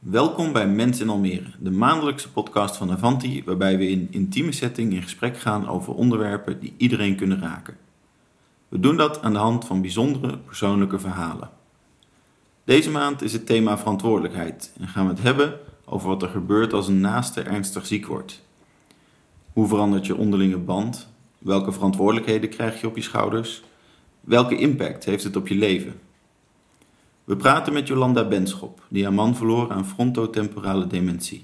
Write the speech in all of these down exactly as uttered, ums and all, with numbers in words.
Welkom bij Mens in Almere, de maandelijkse podcast van Avanti, waarbij we in intieme setting in gesprek gaan over onderwerpen die iedereen kunnen raken. We doen dat aan de hand van bijzondere persoonlijke verhalen. Deze maand is het thema verantwoordelijkheid en gaan we het hebben over wat er gebeurt als een naaste ernstig ziek wordt. Hoe verandert je onderlinge band? Welke verantwoordelijkheden krijg je op je schouders? Welke impact heeft het op je leven? We praten met Jolanda Benschop, die haar man verloor aan frontotemporale dementie.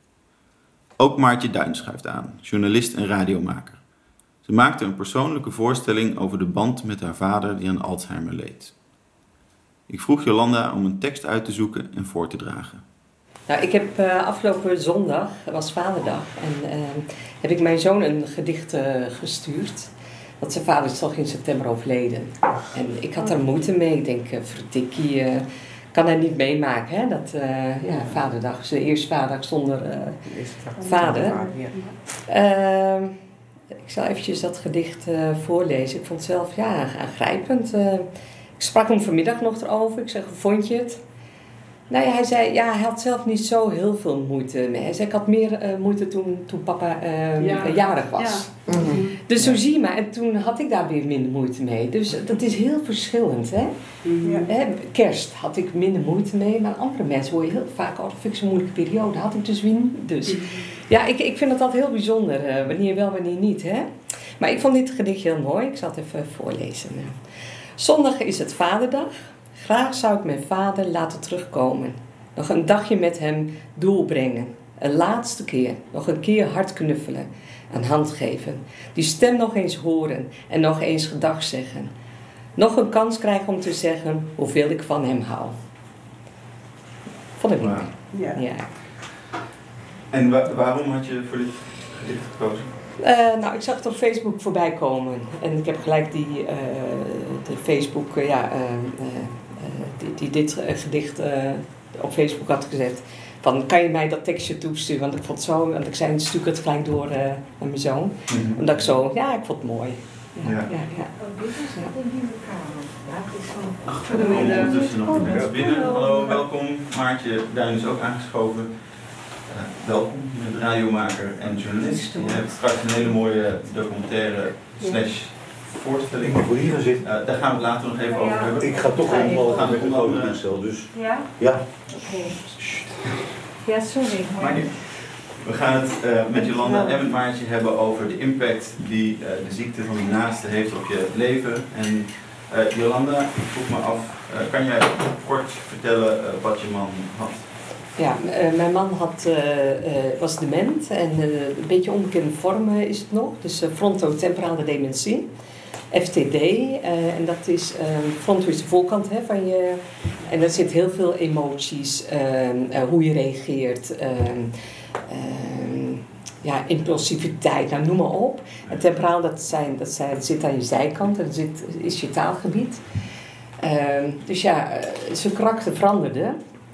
Ook Maartje Duin schuift aan, journalist en radiomaker. Ze maakte een persoonlijke voorstelling over de band met haar vader die aan Alzheimer leed. Ik vroeg Jolanda om een tekst uit te zoeken en voor te dragen. Nou, ik heb uh, afgelopen zondag, het was Vaderdag, en uh, heb ik mijn zoon een gedicht uh, gestuurd. Want zijn vader is toch in september overleden. En ik had daar moeite mee. Ik denk, uh, verdikkie, uh, kan hij niet meemaken, hè? Dat, uh, ja, Vaderdag, zijn eerste vaderdag zonder uh, vader. Uh, ik zal eventjes dat gedicht uh, voorlezen. Ik vond het zelf, ja, aangrijpend. Uh, ik sprak hem vanmiddag nog erover. Ik zeg, hoe vond je het? Nou ja, hij zei, ja, hij had zelf niet zo heel veel moeite mee. Hij zei, ik had meer uh, moeite toen, toen papa uh, ja. jarig was. Ja. Mm-hmm. Dus zo zie je maar. En toen had ik daar weer minder moeite mee. Dus dat is heel verschillend, hè. Ja. Hè? Kerst had ik minder moeite mee. Maar andere mensen hoor je heel vaak, oh, dat vind ik zo'n moeilijke periode. Had ik dus weer niet. Dus mm-hmm. ja, ik, ik vind het altijd heel bijzonder. Uh, wanneer wel, wanneer niet, hè. Maar ik vond dit gedicht heel mooi. Ik zal het even voorlezen. Zondag is het Vaderdag. Graag zou ik mijn vader laten terugkomen. Nog een dagje met hem doorbrengen. Een laatste keer. Nog een keer hard knuffelen. Een hand geven. Die stem nog eens horen. En nog eens gedag zeggen. Nog een kans krijgen om te zeggen hoeveel ik van hem hou. Vond ik mooi. Ja. Ja. En wa- waarom had je voor dit gedicht gekozen? Uh, nou, ik zag het op Facebook voorbij komen. En ik heb gelijk die uh, de Facebook, uh, ja... Uh, uh, Die, die dit uh, gedicht uh, op Facebook had gezet. Van, kan je mij dat tekstje toesturen? Want ik vond het zo, want ik zei, stuur het gelijk door uh, aan mijn zoon. Mm-hmm. Omdat ik zo, ja, ik vond het mooi. Ja, ja. Ja, ja. Oh, dit is ja. een nieuwe kamer. Ja, het is van... Ach, ondertussen nog een mensen binnen. Hallo, welkom. Maartje Duin is ook aangeschoven. Uh, welkom, je bent radiomaker en journalist. Je hebt straks een hele mooie documentaire slash voorstelling. Maar voor hier gaan zitten. Uh, daar gaan we het later nog even ja. over hebben. Ik ga toch helemaal gaan met een oude toestel, dus. Ja? Ja. Oké. Okay. Ja, sorry. Maar nu, we gaan het uh, met Jolanda en met Maartje hebben over de impact die uh, de ziekte van de naaste heeft op je leven. En uh, Jolanda, ik vroeg me af, uh, kan jij kort vertellen uh, wat je man had? Ja, uh, mijn man had, uh, uh, was dement en uh, een beetje onbekende vorm uh, is het nog. Dus uh, frontotemporale dementie. F T D, uh, en dat is, uh, fronto is de voorkant hè, van je, en daar zit heel veel emoties, uh, uh, hoe je reageert, uh, uh, ja, impulsiviteit, nou noem maar op. En temporaal, dat, zijn, dat, zijn, dat zit aan je zijkant, en dat zit, is je taalgebied. Uh, dus ja, uh, zijn karakter veranderde.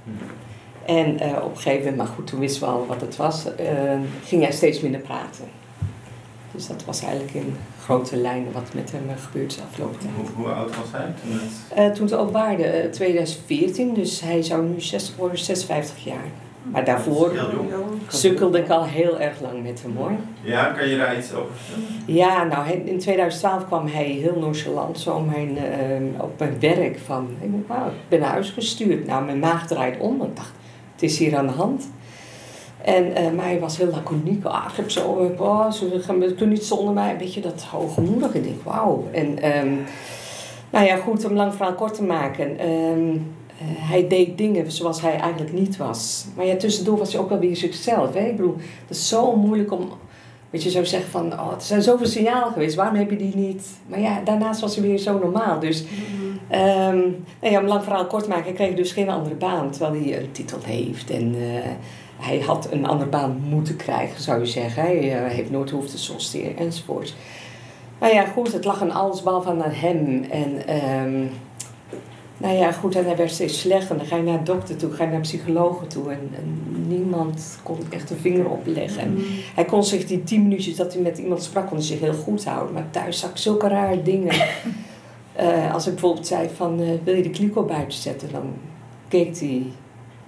En uh, op een gegeven moment, maar goed, toen wisten we al wat het was, uh, ging hij steeds minder praten. Dus dat was eigenlijk in grote lijnen wat met hem gebeurd is afgelopen tijd. Hoe, hoe oud was hij toen het? Uh, toen het openbaarde, uh, twintig veertien, dus hij zou nu zestig worden, zesenvijftig jaar. Maar daarvoor sukkelde ik al heel erg lang met hem hoor. Ja, kan je daar iets over vertellen? Ja, nou in twintig twaalf kwam hij heel nonchalant zo mijn, uh, op mijn werk van, ik denk, wauw, ik ben naar huis gestuurd. Nou, mijn maag draait om, ik dacht, het is hier aan de hand. En, uh, maar hij was heel laconiek. Ah, ik heb zo, oh, ze kunnen niet zonder mij. Een beetje dat hoogmoedig. Ik denk, wauw. En, um, nou ja, goed, om lang verhaal kort te maken. Um, uh, hij deed dingen zoals hij eigenlijk niet was. Maar ja, tussendoor was hij ook wel weer zichzelf. Hè? Ik bedoel, het is zo moeilijk om, weet je, zo zeggen van, oh, er zijn zoveel signalen geweest. Waarom heb je die niet? Maar ja, daarnaast was hij weer zo normaal. Dus, um, nou ja, om lang verhaal kort te maken, hij kreeg dus geen andere baan. Terwijl hij een titel heeft en... Uh, Hij had een andere baan moeten krijgen, zou je zeggen. Hij heeft nooit hoeven te solliciteren enzovoort. Maar ja, goed, het lag aan alles behalve aan hem. En um, nou ja, goed, en hij werd steeds slechter. Dan ga je naar de dokter toe, ga je naar psychologen toe. En, en niemand kon echt een vinger opleggen. En hij kon zich die tien minuutjes dat hij met iemand sprak, kon hij zich heel goed houden. Maar thuis zag ik zulke rare dingen. Uh, als ik bijvoorbeeld zei van, uh, wil je de kliko buiten zetten? Dan keek hij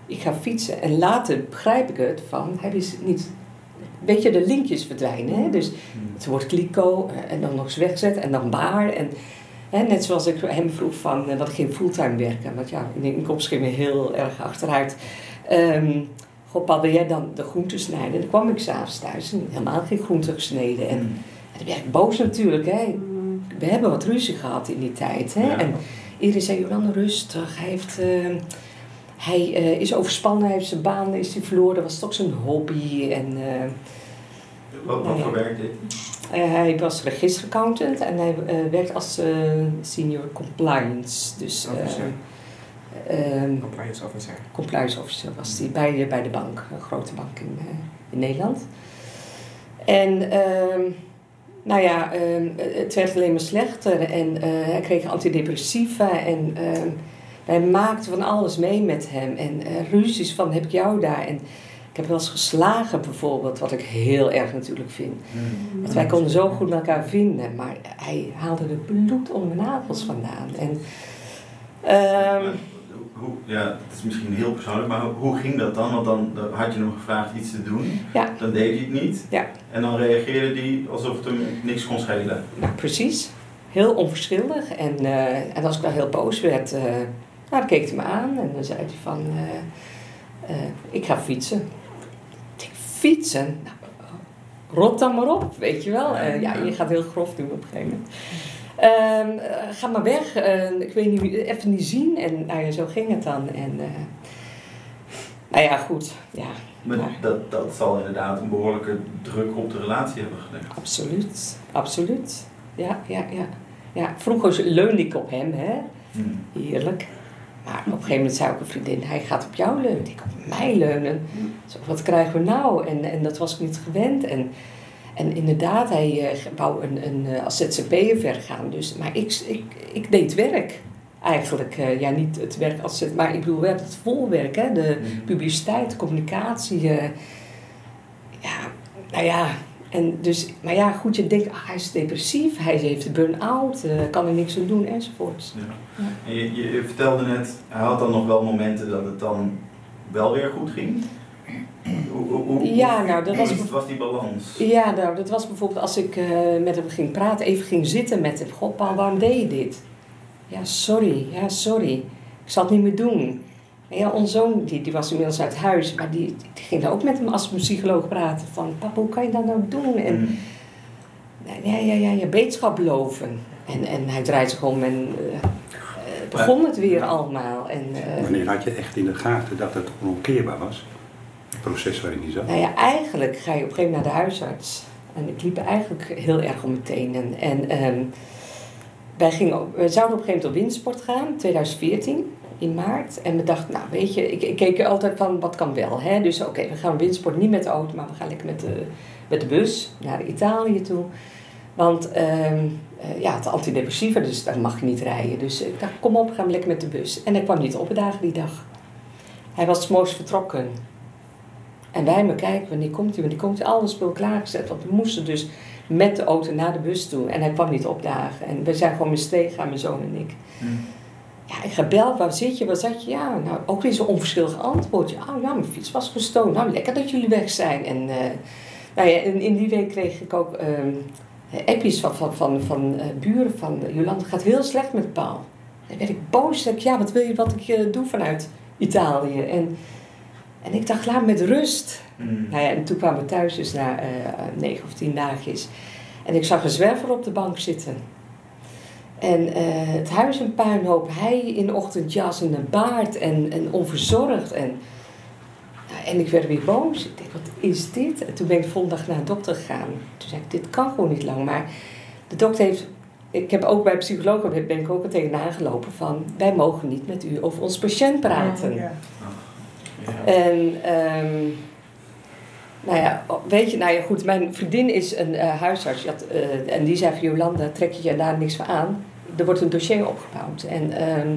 ik ga fietsen. En later begrijp ik het van, hij is niet... Weet je, de linkjes verdwijnen. Hè? Dus het woord kliko en dan nog eens wegzet en dan baar. En, hè, net zoals ik hem vroeg van, dat ik geen fulltime werken. Want ja, in de inkomst ging me heel erg achteruit. Um, Goh, Paul, wil jij dan de groenten snijden? En dan kwam ik s'avonds thuis en helemaal geen groenten gesneden. En, en dan werd ik boos natuurlijk. Hè? We hebben wat ruzie gehad in die tijd. Hè? Ja. En iedereen zei, Jolanda, rustig. Hij, heeft, uh, hij uh, is overspannen, hij heeft zijn baan is hij verloren. Dat was toch zijn hobby. En, uh, wat wat uh, voor werk deed hij? Uh, hij was registeraccountant en hij uh, werkt als uh, senior compliance. Dus... Uh, Um, compliance officer. Compliance officer was hij bij, bij de bank, een grote bank in, uh, in Nederland. En um, nou ja, um, het werd alleen maar slechter en uh, hij kreeg antidepressiva en um, wij maakten van alles mee met hem. En uh, ruzies van heb ik jou daar en ik heb wel eens geslagen bijvoorbeeld, wat ik heel erg natuurlijk vind. Mm. Want wij konden zo goed met elkaar vinden, maar hij haalde er bloed onder mijn nagels vandaan. En, um, Hoe, ja, het is misschien heel persoonlijk, maar hoe ging dat dan? Want dan, dan had je hem gevraagd iets te doen, ja. Dan deed hij het niet. Ja. En dan reageerde hij alsof het hem niks kon schelen. Nou, precies. Heel onverschillig. En, uh, en als ik dan heel boos werd, uh, nou, dan keek hij me aan en dan zei hij van, uh, uh, ik ga fietsen. Ik fietsen? Nou, rot dan maar op, weet je wel. Uh, ja, je gaat heel grof doen op een gegeven moment. Uh, ga maar weg, uh, ik weet niet, even niet zien. En nou ja, zo ging het dan. En, uh, nou ja, goed. Ja, maar maar, dat, dat zal inderdaad een behoorlijke druk op de relatie hebben gelegd. Absoluut, absoluut. Ja, ja, ja. ja. Vroeger leunde ik op hem, hè. Hmm. Heerlijk. Maar op een gegeven moment zei ook een vriendin, hij gaat op jou leunen. Ik op mij leunen. Hmm. Zo, wat krijgen we nou? En, en dat was ik niet gewend. En, En inderdaad, hij uh, wou een, een, uh, als Z Z P'er verder gaan. Dus, maar ik, ik, ik deed werk eigenlijk. Uh, ja, niet het werk als Z Z P'er, maar ik bedoel wel het volwerk. Hè? De mm. publiciteit, de communicatie. Uh, ja, nou ja. En dus, maar ja, goed, je denkt, ach, hij is depressief. Hij heeft een burn-out, uh, kan er niks aan doen enzovoorts. Ja. Ja. En je, je, je vertelde net, hij had dan nog wel momenten dat het dan wel weer goed ging. Hoe, hoe, hoe, ja, nou, dat was, was, was die balans? Ja, nou, dat was bijvoorbeeld als ik uh, met hem ging praten, even ging zitten met hem. God, Paul, waarom deed je dit? Ja, sorry, ja, sorry. Ik zal het niet meer doen. En ja, onze zoon, die, die was inmiddels uit huis, maar die, die ging daar ook met hem als psycholoog praten. Van, papa, hoe kan je dat nou doen? En mm. ja, ja, ja, je beterschap beloven. En, en hij draait zich om en uh, begon het weer allemaal. En, uh, Wanneer had je echt in de gaten dat het onomkeerbaar was? Proces waarin hij zat? Nou ja, eigenlijk ga je op een gegeven moment naar de huisarts. En ik liep eigenlijk heel erg om mijn tenen. En um, wij gingen, we zouden op een gegeven moment op windsport gaan, twintig veertien, in maart. En we dachten, nou weet je, ik, ik keek altijd van, wat kan wel. Hè? Dus oké, okay, we gaan windsport niet met de auto, maar we gaan lekker met de, met de bus naar Italië toe. Want um, uh, ja, het antidepressiva, dus daar mag je niet rijden. Dus ik dacht, kom op, gaan we lekker met de bus. En hij kwam niet opdagen die dag. Hij was 's morgens vertrokken. En wij maar kijken, wanneer komt hij, wanneer komt hij, alles spul klaargezet. Want we moesten dus met de auto naar de bus toe. En hij kwam niet opdagen. En we zijn gewoon met z'n tweeën gaan, mijn zoon en ik. Hmm. Ja, ik gebeld, waar zit je, waar zat je? Ja, nou, ook weer zo'n onverschillig antwoord. Ja, oh, ja, mijn fiets was gestolen. Nou, lekker dat jullie weg zijn. En uh, nou ja, in, in die week kreeg ik ook um, appjes van, van, van, van uh, buren van... Jolanda, het gaat heel slecht met Paul. Dan werd ik boos. Zeg ik, ja, wat wil je wat ik uh, doe vanuit Italië? En... En ik dacht, laat met rust. Mm. Nou ja, en toen kwamen we thuis dus na uh, negen of tien dagjes. En ik zag een zwerver op de bank zitten. En uh, het huis een puinhoop. Hij in ochtendjas en een baard en, en onverzorgd. En, nou, en ik werd weer boos. Ik dacht, wat is dit? En toen ben ik de volgende dag naar de dokter gegaan. Toen zei ik, dit kan gewoon niet lang. Maar de dokter heeft... Ik heb ook bij psychologen ben ik ook er tegenaan gelopen van... Wij mogen niet met u over ons patiënt praten. Oh, ja. Ja. En, um, nou ja, weet je, nou ja, goed, mijn vriendin is een uh, huisarts. Had, uh, en die zei van, Jolanda, trek je je daar niks van aan. Er wordt een dossier opgebouwd. En, um,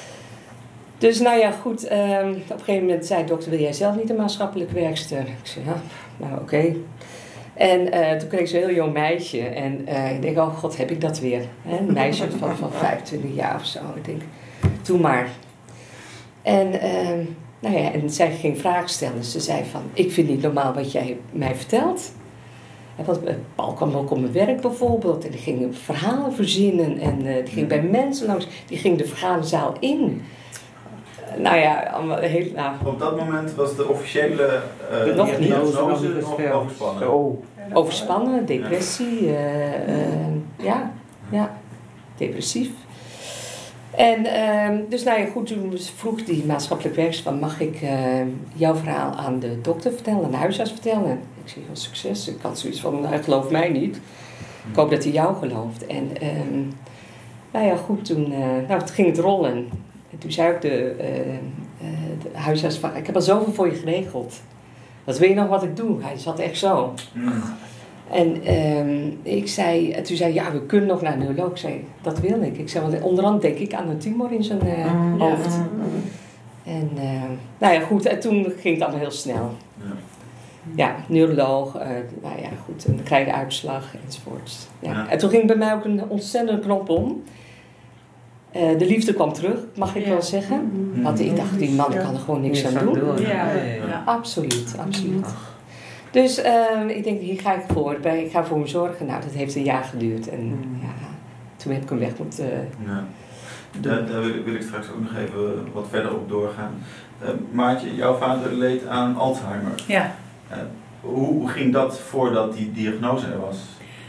dus, nou ja, goed, um, op een gegeven moment zei de dokter, wil jij zelf niet een maatschappelijk werkster? Ik zei, ja, nou oké. Okay. En uh, toen kreeg ze een heel jong meisje. En uh, ik denk, oh god, heb ik dat weer. Hè? Een meisje van, van vijfentwintig jaar of zo. Ik denk, doe maar. En... Um, nou ja, en zij ging vragen stellen. Ze zei van, ik vind niet normaal wat jij mij vertelt. En want, uh, Paul kwam ook op mijn werk bijvoorbeeld. En die ging verhalen verzinnen. En uh, die ging bij mensen langs. Die ging de vergaderzaal in. Uh, nou ja, allemaal heel... Nou, Op dat moment was de officiële uh, Nog niet. diagnose nog overspannen. Oh. overspannen, depressie. Uh, uh, ja, ja, depressief. En uh, dus nou ja, goed, toen vroeg die maatschappelijk werkster van, mag ik uh, jouw verhaal aan de dokter vertellen, aan de huisarts vertellen? Ik zeg, wel succes. Ik had zoiets van, hij gelooft mij niet. Ik hoop dat hij jou gelooft. En uh, nou ja, goed, toen, uh, nou, toen ging het rollen. En toen zei ook de, uh, uh, de huisarts van, ik heb al zoveel voor je geregeld. Wat wil je nog wat ik doe? Hij zat echt zo. Mm. En um, ik zei, en toen zei hij, ja, we kunnen nog naar een neuroloog. Ik zei, dat wil ik. Ik zei, want onder andere denk ik aan een tumor in zijn uh, Mm. hoofd. Ja. En uh, nou ja, goed, en toen ging het allemaal heel snel. Ja. Ja, neuroloog, uh, nou ja, goed, en dan krijg je de uitslag enzovoort. Ja. Ja. En toen ging bij mij ook een ontzettende knop om. Uh, de liefde kwam terug, mag ik Ja. wel zeggen. Mm. Want ik dacht, die man kan er gewoon niks aan doen. Ja. Ja. Absoluut, absoluut. Dus uh, ik denk, hier ga ik voor. Ik ga voor hem zorgen. Nou, dat heeft een jaar geduurd. En Mm. ja, toen heb ik hem weg moeten uh, Ja. Daar, daar wil, wil ik straks ook nog even wat verder op doorgaan. Uh, Maartje, jouw vader leed aan Alzheimer. Ja. Uh, hoe, hoe ging dat voordat die diagnose er was?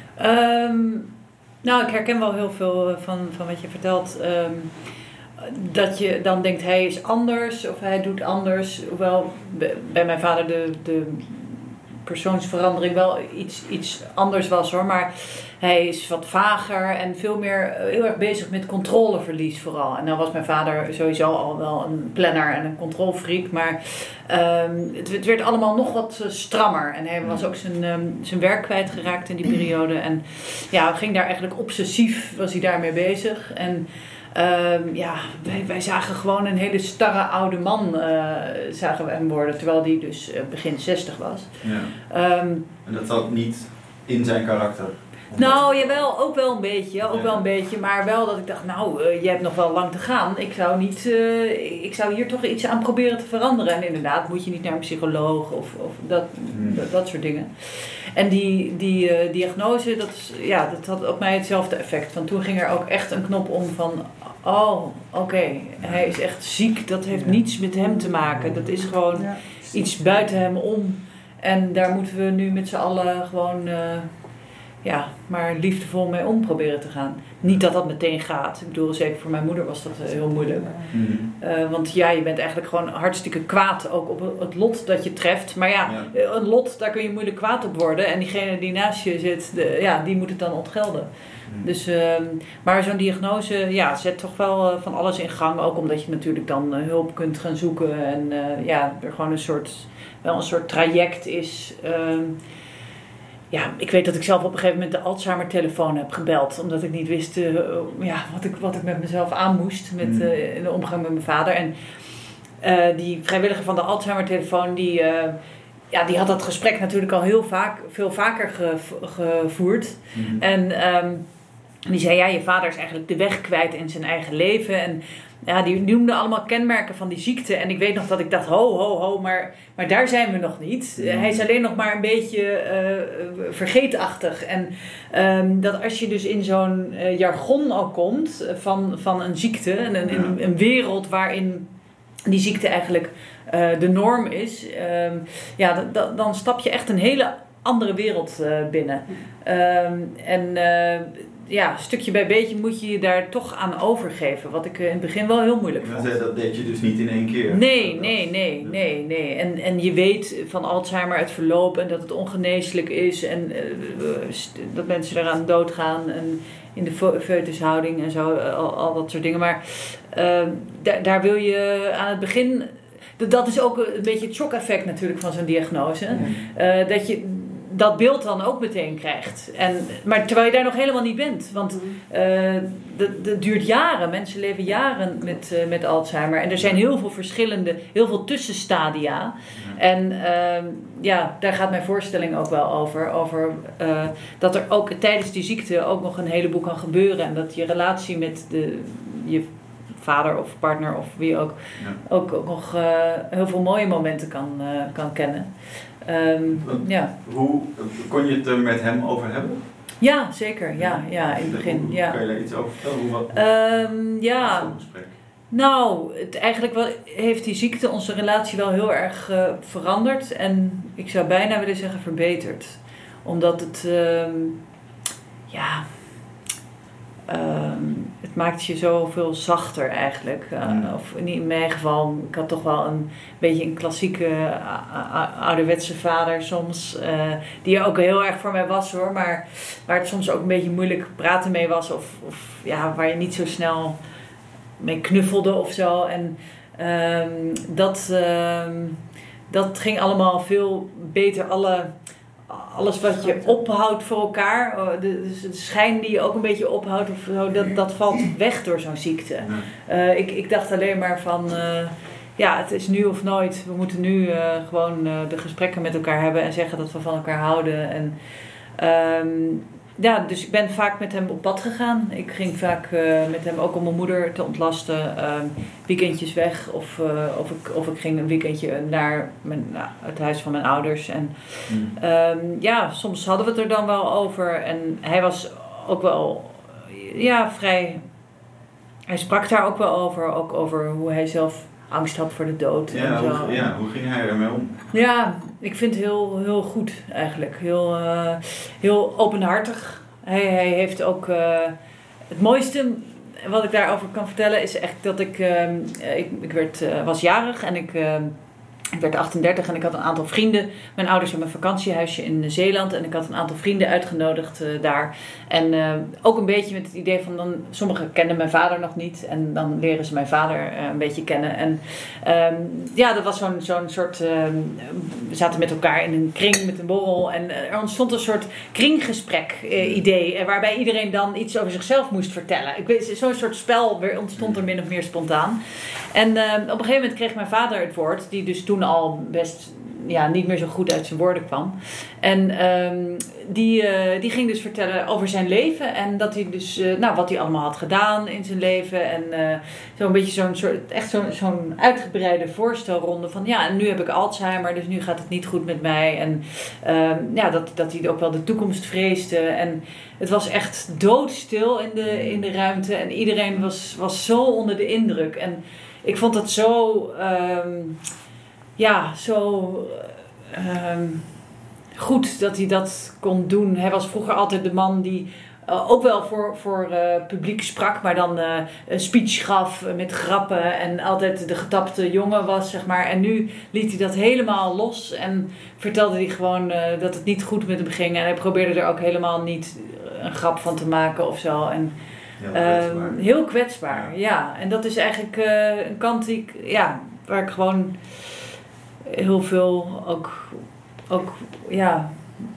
Um, nou, ik herken wel heel veel van, van wat je vertelt. Um, dat je dan denkt, hij is anders of hij doet anders. Hoewel bij mijn vader de, de persoonsverandering wel iets, iets anders was hoor. Maar hij is wat vager en veel meer heel erg bezig met controleverlies vooral. En dan was mijn vader sowieso al wel een planner en een controlfreak. Maar um, het, het werd allemaal nog wat strammer. En hij was ook zijn, um, zijn werk kwijtgeraakt in die periode. En ja, ging daar eigenlijk obsessief, was hij daarmee bezig. En Um, ja, wij, wij zagen gewoon een hele starre oude man, uh, zagen we hem worden, terwijl die dus uh, begin zestig was. Ja. Um, En dat zat niet in zijn karakter? nou, jawel, ook wel een beetje, ook Ja. wel een beetje, maar wel dat ik dacht, nou, uh, je hebt nog wel lang te gaan. Ik zou niet, uh, ik zou hier toch iets aan proberen te veranderen. En inderdaad, moet je niet naar een psycholoog of, of dat, Hmm. dat, dat soort dingen. En die, die uh, diagnose, dat, is, ja, dat had op mij hetzelfde effect. Want toen ging er ook echt een knop om van, oh, oké, okay, hij is echt ziek. Dat heeft niets met hem te maken. Dat is gewoon Ja. iets buiten hem om. En daar moeten we nu met z'n allen gewoon, uh, ja, maar liefdevol mee om proberen te gaan. Niet dat dat meteen gaat. Ik bedoel, zeker voor mijn moeder was dat uh, heel moeilijk. Mm. Uh, want ja, je bent eigenlijk gewoon hartstikke kwaad ook op het lot dat je treft. Maar ja, Ja. een lot, daar kun je moeilijk kwaad op worden. En diegene die naast je zit, de, ja, die moet het dan ontgelden. Mm. Dus, uh, maar zo'n diagnose ja, zet toch wel uh, van alles in gang. Ook omdat je natuurlijk dan uh, hulp kunt gaan zoeken. En uh, ja, er gewoon een soort, wel een soort traject is. Uh, Ja, ik weet dat ik zelf op een gegeven moment de Alzheimer-telefoon heb gebeld. Omdat ik niet wist uh, ja, wat, ik, wat ik met mezelf aan moest met, uh, in de omgang met mijn vader. En uh, die vrijwilliger van de Alzheimer-telefoon, die, uh, ja, die had dat gesprek natuurlijk al heel vaak, veel vaker gev- gevoerd. Mm. En um, die zei, ja, je vader is eigenlijk de weg kwijt in zijn eigen leven. En ja, die noemde allemaal kenmerken van die ziekte. En ik weet nog dat ik dacht, ho, ho, ho, maar, maar daar zijn we nog niet. Uh, hij is alleen nog maar een beetje uh, vergeetachtig. En um, dat als je dus in zo'n uh, jargon al komt van, van een ziekte, een, een, een wereld waarin die ziekte eigenlijk uh, de norm is, um, ja, d- d- dan stap je echt een hele andere wereld uh, binnen. Um, en uh, ja, stukje bij beetje moet je je daar toch aan overgeven. Wat ik in het begin wel heel moeilijk vond. Dat deed je dus niet in één keer? Nee, nee, nee, nee, nee. En, en je weet van Alzheimer het verloop en dat het ongeneeslijk is. En uh, dat mensen eraan doodgaan. En in de foetushouding en zo, al, al dat soort dingen. Maar uh, daar, daar wil je aan het begin... Dat is ook een beetje het shock-effect natuurlijk van zo'n diagnose. Uh, dat je dat beeld dan ook meteen krijgt. En, maar terwijl je daar nog helemaal niet bent. Want uh, dat, dat duurt jaren. Mensen leven jaren met, uh, met Alzheimer. En er zijn heel veel verschillende, heel veel tussenstadia. En uh, ja, daar gaat mijn voorstelling ook wel over. Over uh, dat er ook tijdens die ziekte ook nog een heleboel kan gebeuren. En dat je relatie met de, je vader of partner of wie ook, Ja. ook, ook nog uh, heel veel mooie momenten kan, uh, kan kennen. Um, ja. Hoe kon je het er met hem over hebben? Ja, zeker. Ja, ja, in het begin. Hoe, ja. Kan je daar iets over vertellen? Hoe, wat, um, ja. zo'n gesprek? Nou, het, eigenlijk wel, heeft die ziekte onze relatie wel heel erg uh, veranderd. En ik zou bijna willen zeggen verbeterd. Omdat het, um, ja, um, het maakt je zoveel zachter eigenlijk. Uh, mm. Of in mijn geval, ik had toch wel een beetje een klassieke uh, ouderwetse vader soms. Uh, die ook heel erg voor mij was hoor. Maar waar het soms ook een beetje moeilijk praten mee was. Of, of ja, waar je niet zo snel mee knuffelde of zo. En um, dat, um, dat ging allemaal veel beter. Alle, alles wat je ophoudt voor elkaar, de, de schijn die je ook een beetje ophoudt, of zo, dat, dat valt weg door zo'n ziekte. Uh, ik, ik dacht alleen maar van, uh, ja, het is nu of nooit. We moeten nu uh, gewoon uh, de gesprekken met elkaar hebben en zeggen dat we van elkaar houden. En, um, Ja, dus ik ben vaak met hem op pad gegaan. Ik ging vaak uh, met hem ook om mijn moeder te ontlasten. Uh, weekendjes weg. Of, uh, of, ik, of ik ging een weekendje naar mijn, nou, het huis van mijn ouders. En mm. um, ja, soms hadden we het er dan wel over. En hij was ook wel ja, vrij... Hij sprak daar ook wel over. Ook over hoe hij zelf angst had voor de dood. Ja, en zo. Hoe, ja, hoe ging hij ermee om? Ja, ik vind het heel, heel goed eigenlijk. Heel, uh, heel openhartig. Hij, hij heeft ook... Uh, het mooiste wat ik daarover kan vertellen is echt dat ik... Uh, ik, ik werd, uh, was jarig en ik... Uh, Ik werd achtendertig en ik had een aantal vrienden. Mijn ouders hebben een vakantiehuisje in Zeeland. En ik had een aantal vrienden uitgenodigd uh, daar. En uh, ook een beetje met het idee van... dan sommigen kenden mijn vader nog niet. En dan leren ze mijn vader uh, een beetje kennen. En um, ja, dat was zo'n, zo'n soort... Uh, we zaten met elkaar in een kring met een borrel. En uh, er ontstond een soort kringgesprek uh, idee. Uh, waarbij iedereen dan iets over zichzelf moest vertellen. Ik weet, zo'n soort spel ontstond er min of meer spontaan. En uh, op een gegeven moment kreeg mijn vader het woord. Die dus toen al best ja, niet meer zo goed uit zijn woorden kwam. En um, die, uh, die ging dus vertellen over zijn leven. En dat hij dus, uh, nou, wat hij allemaal had gedaan in zijn leven. En uh, zo'n beetje zo'n soort, echt zo'n, zo'n uitgebreide voorstelronde van ja, en nu heb ik Alzheimer, dus nu gaat het niet goed met mij. En um, ja, dat, dat hij ook wel de toekomst vreesde. En het was echt doodstil in de, in de ruimte. En iedereen was, was zo onder de indruk. En ik vond het zo... Um, Ja, zo um, goed dat hij dat kon doen. Hij was vroeger altijd de man die uh, ook wel voor, voor uh, publiek sprak, maar dan uh, een speech gaf met grappen en altijd de getapte jongen was, zeg maar. En nu liet hij dat helemaal los en vertelde hij gewoon uh, dat het niet goed met hem ging. En hij probeerde er ook helemaal niet een grap van te maken of zo. En, heel kwetsbaar. Um, heel kwetsbaar, ja. ja. En dat is eigenlijk uh, een kant die ik, ja, waar ik gewoon... heel veel ook, ook ja,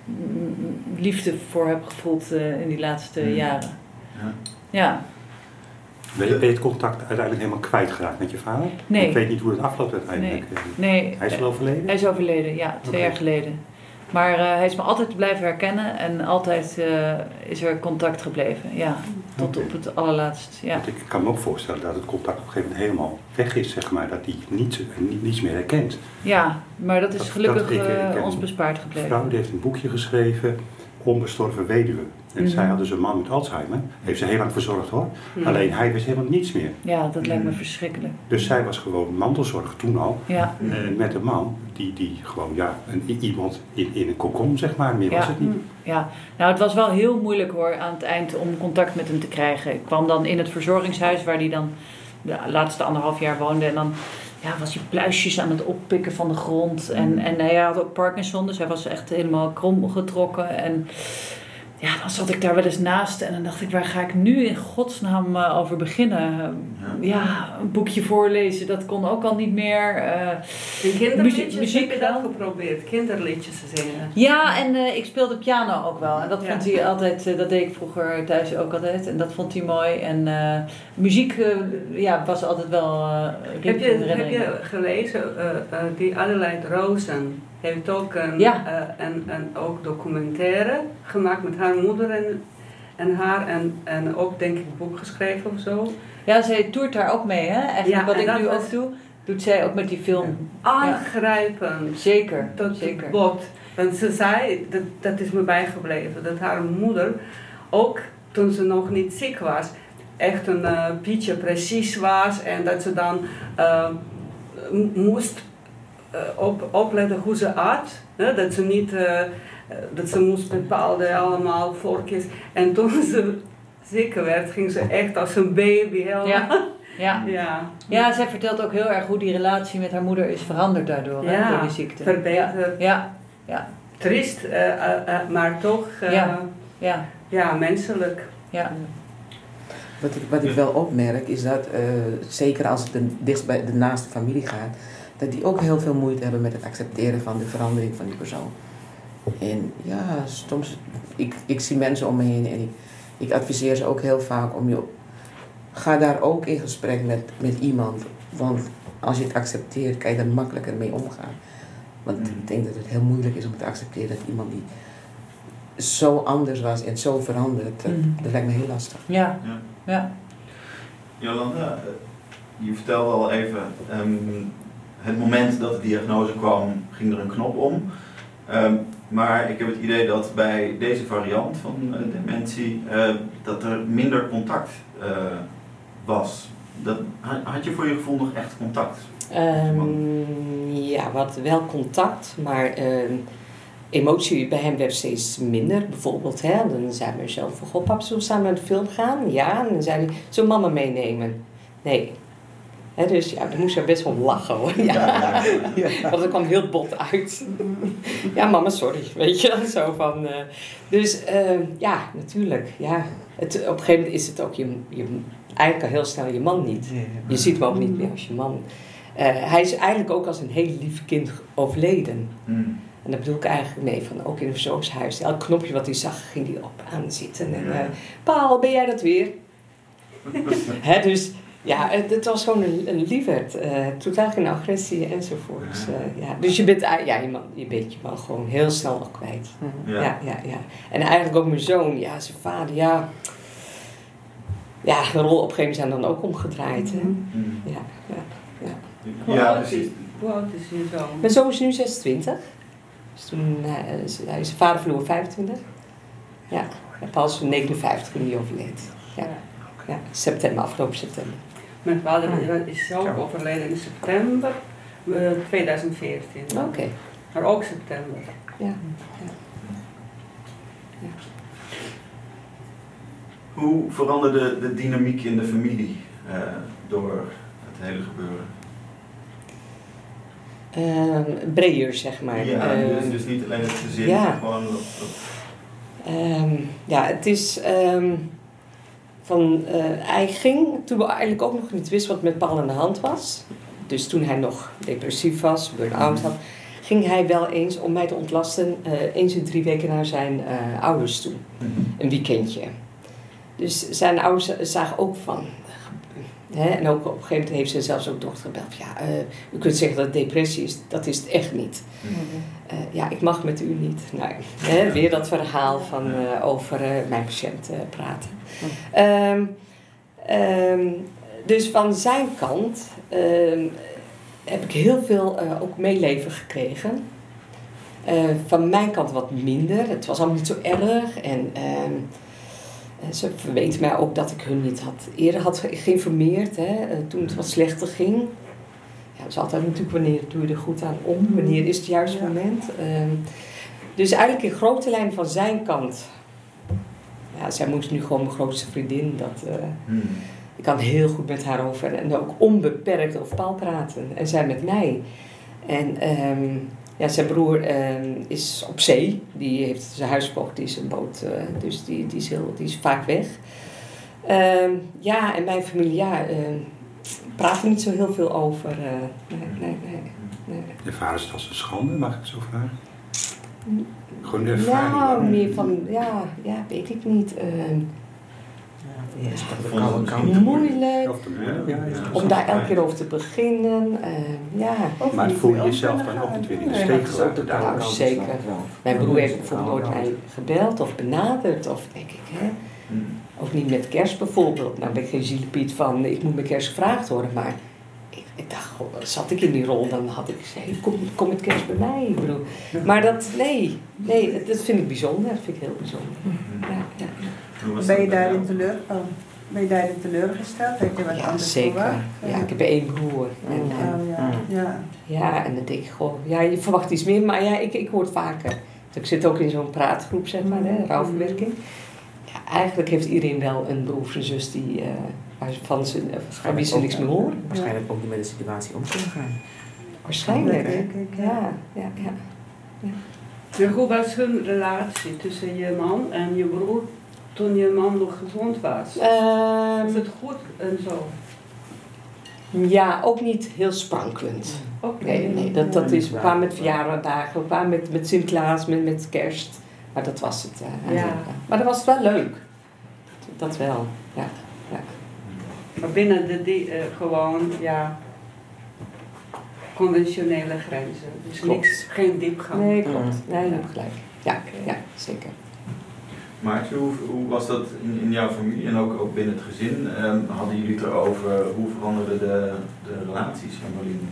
liefde voor heb gevoeld uh, in die laatste mm. jaren. Ja. ja. Ben je, ben je het contact uiteindelijk helemaal kwijtgeraakt met je vader? Nee. Ik weet niet hoe het afloopt uiteindelijk. Nee. nee. Hij is wel overleden? Hij is overleden, ja. Twee okay. jaar geleden. Maar uh, hij is me altijd blijven herkennen en altijd uh, is er contact gebleven, ja. Tot okay. op het allerlaatst, ja. Want ik kan me ook voorstellen dat het contact op een gegeven moment helemaal weg is, zeg maar. Dat hij niets, niets meer herkent. Ja, maar dat is dat, gelukkig dat, ik, ik uh, ons bespaard gebleven. Een vrouw die heeft een boekje geschreven, Onbestorven weduwe. En mm-hmm. zij had dus een man met Alzheimer. Heeft ze heel lang verzorgd hoor. Mm. Alleen hij wist helemaal niets meer. Ja, dat lijkt me verschrikkelijk. Dus zij was gewoon mantelzorg toen al. Ja. Uh, met een man die, die gewoon, ja, een, iemand in, in een kokon zeg maar. Meer ja. was het niet. Ja, nou het was wel heel moeilijk hoor aan het eind om contact met hem te krijgen. Ik kwam dan in het verzorgingshuis waar hij dan de laatste anderhalf jaar woonde. En dan ja, was hij pluisjes aan het oppikken van de grond. En, en hij had ook Parkinson, dus hij was echt helemaal krom getrokken. En ja, dan zat ik daar wel eens naast en dan dacht ik, waar ga ik nu in godsnaam uh, over beginnen? Uh, ja. ja, een boekje voorlezen, dat kon ook al niet meer. Uh, en kinderliedjes, muziek, heb je dat geprobeerd? Kinderliedjes te zingen? Ja, en uh, ik speelde piano ook wel. En dat ja. vond hij altijd, uh, dat deed ik vroeger thuis ook altijd. En dat vond hij mooi. En uh, muziek uh, ja, was altijd wel uh, heb, je, heb je gelezen, uh, uh, die Adelaide Rozen heeft ook een, ja. uh, een, een ook documentaire gemaakt met haar moeder en, en haar en, en ook denk ik een boek geschreven of zo. Ja, zij toert daar ook mee, hè? Eigenlijk Ja, wat en ik dat nu was- ook doe, doet zij ook met die film. Aangrijpend. Zeker, Tot zeker. het bot. Want ze zei, dat, dat is me bijgebleven, dat haar moeder ook toen ze nog niet ziek was, echt een uh, pietje precies was en dat ze dan uh, m- moest uh, op, opletten hoe ze at. Hè? Dat ze niet, uh, dat ze moest bepaalde allemaal vorkjes. En toen ze ziek werd, ging ze echt als een baby helemaal. Ja. Ja. Ja. Ja, zij vertelt ook heel erg hoe die relatie met haar moeder is veranderd daardoor, hè, Ja, door die ziekte. verbeterd. Ja, ja, Triest, uh, uh, uh, maar toch uh, Ja. ja, ja, menselijk. ja. Wat ik, wat ik wel opmerk is dat, uh, zeker als het de, dichtst bij de naaste familie gaat, dat die ook heel veel moeite hebben met het accepteren van de verandering van die persoon. En ja, soms, ik, ik zie mensen om me heen en ik, ik adviseer ze ook heel vaak om je, ga daar ook in gesprek met, met iemand. Want als je het accepteert, kan je er makkelijker mee omgaan. Want Mm. ik denk dat het heel moeilijk is om te accepteren dat iemand die zo anders was en zo veranderd, dat, Mm. dat lijkt me heel lastig. Ja, Ja. ja. Jolanda, eh, je vertelde al even, um, het moment dat de diagnose kwam, ging er een knop om. Um, maar ik heb het idee dat bij deze variant van uh, dementie, uh, dat er minder contact uh, was. Dat, had je voor je gevoel nog echt contact? Um, ja, wat wel contact, maar um, emotie bij hem werd steeds minder. Bijvoorbeeld, hè, dan zei hij zelf van, goh pap, zullen we samen naar de film gaan? Ja, en dan zei hij, zullen we mama meenemen? Nee. Hè, dus ja, daar moest hij best wel lachen hoor. Ja. Ja. Want dat kwam heel bot uit. Ja, mama, sorry, weet je, zo van. Uh, dus uh, ja, natuurlijk, ja. Het, op een gegeven moment is het ook je, je, eigenlijk al heel snel je man niet. Je ziet hem ook niet meer als je man. Uh, hij is eigenlijk ook als een heel lief kind overleden. Mm. En daar bedoel ik eigenlijk mee, van ook in een verzorgingshuis. Elk knopje wat hij zag, ging hij op aan zitten. En uh, Paul, ben jij dat weer? Hè, dus ja, het, het was gewoon een, een lieverd. Uh, totaal geen agressie enzovoort. Uh, ja. Dus je bent, uh, ja, je, man, je bent je man gewoon heel snel al kwijt. Ja. Ja, ja, ja. En eigenlijk ook mijn zoon, ja, zijn vader, ja. Ja, de rol op een gegeven moment zijn dan ook omgedraaid. Hè? Mm. Ja, ja, ja. Hoe, Ja, oud precies. is, hoe oud is je zoon? Mijn zoon is nu zesentwintig. Dus toen, uh, hij is zijn vader verloor vijfentwintig. Ja, en Paul is negenenvijftig toen hij overleed. Ja, ja, september, afgelopen september. Mijn vader is ook overleden in september uh, tweeduizend veertien. Oké. Okay. Maar ook september. Ja. Ja. Ja. Hoe veranderde de dynamiek in de familie uh, door het hele gebeuren? Um, breder, zeg maar. Ja, um, dus, dus niet alleen het gezin, ja. maar gewoon... Dat, dat... Um, ja, het is... Um, van, uh, hij ging, toen we eigenlijk ook nog niet wisten wat met Paul aan de hand was. Dus toen hij nog depressief was, burn-out had, ging hij wel eens, om mij te ontlasten, uh, eens in drie weken naar zijn uh, ouders toe. Mm-hmm. Een weekendje. Dus zijn ouders zagen ook van... Hè, en ook op een gegeven moment heeft ze zelfs ook dochter gebeld. Ja, uh, u kunt zeggen dat het depressie is, dat is het echt niet. Mm-hmm. Uh, ja, ik mag met u niet. Nou, hè, weer dat verhaal van uh, over uh, mijn patiënt uh, praten. Um, um, dus van zijn kant um, heb ik heel veel uh, ook meeleven gekregen. Uh, van mijn kant wat minder. Het was allemaal niet zo erg. En um, ze verweten mij ook dat ik hun niet had, eerder had geïnformeerd. Hè, uh, toen het wat slechter ging. Ja, dat is altijd natuurlijk wanneer doe je er goed aan om. Wanneer is het juiste ja. moment. Um, dus eigenlijk in grote lijnen van zijn kant. Ja, zij moest nu gewoon mijn grootste vriendin. Dat, uh, hmm. Ik kan heel goed met haar over. En ook onbeperkt over Paul praten. En zij met mij. En um, ja, zijn broer um, is op zee. Die heeft zijn huis verkocht. Die is een boot. Uh, dus die, die, is heel, die is vaak weg. Um, ja, en mijn familie, ja... Uh, praat er niet zo heel veel over. Uh, nee, nee, nee, nee. De vader is als een schande, mag ik zo vragen? Gewoon de ervaring. Nou, meer van, ja, ja, weet ik niet. Uh, ja, is toch de koude kant. Moeilijk. Ja, ja. Om daar elke keer over te beginnen. Uh, ja. Maar voel je jezelf dan ook niet weer in de steek gelaten? Nou, zeker. Mijn broer heeft bijvoorbeeld nooit mij gebeld of benaderd. Of denk ik, hè. Mm. Ook niet met kerst bijvoorbeeld. Nou ben ik geen zielepiet van, ik moet met kerst gevraagd worden, maar ik, ik dacht, goh, zat ik in die rol, dan had ik gezegd, hey, kom, kom met kerst bij mij. Ik bedoel, maar dat, nee, nee, dat vind ik bijzonder, dat vind ik heel bijzonder. Ja, ja, ja. Ben je daarin teleur, oh, ben je daarin teleurgesteld? Heb je wat Ja, anders zeker. verwacht? Ja, ik heb één broer. En, en, Oh, ja. Ja. ja, en dan denk ik gewoon, ja, je verwacht iets meer, maar ja, ik, ik hoor het vaker. Ik zit ook in zo'n praatgroep, zeg maar, hè, rouwverwerking. Ja, eigenlijk heeft iedereen wel een broer of een zus die, uh, van, ze, van wie ze niks meer horen. Waarschijnlijk ook niet met de situatie om kunnen gaan. Waarschijnlijk. Dat denk ik, ja. Ja, ja, ja. Ja, hoe was hun relatie tussen je man en je broer toen je man nog gezond was? Ehm, Was het goed en zo? ja, ook niet heel sprankelend. Oké. Nee, nee, dat, dat is, we kwamen met verjaardagen, we kwamen met, met Sinterklaas, met, met kerst. Maar dat was het. Uh, Ja. Maar dat was het wel leuk. Dat wel, ja. ja. Maar binnen de die, uh, gewoon, ja, conventionele grenzen. Dus Klopt. niks, geen diepgang. Nee, klopt. Mm. Nee, je Ja. hebt gelijk. Ja, Oké. ja, zeker. Maartje, hoe, hoe was dat in, in jouw familie en ook, ook binnen het gezin? Um, hadden jullie het erover, hoe veranderden de, de relaties van Marleen?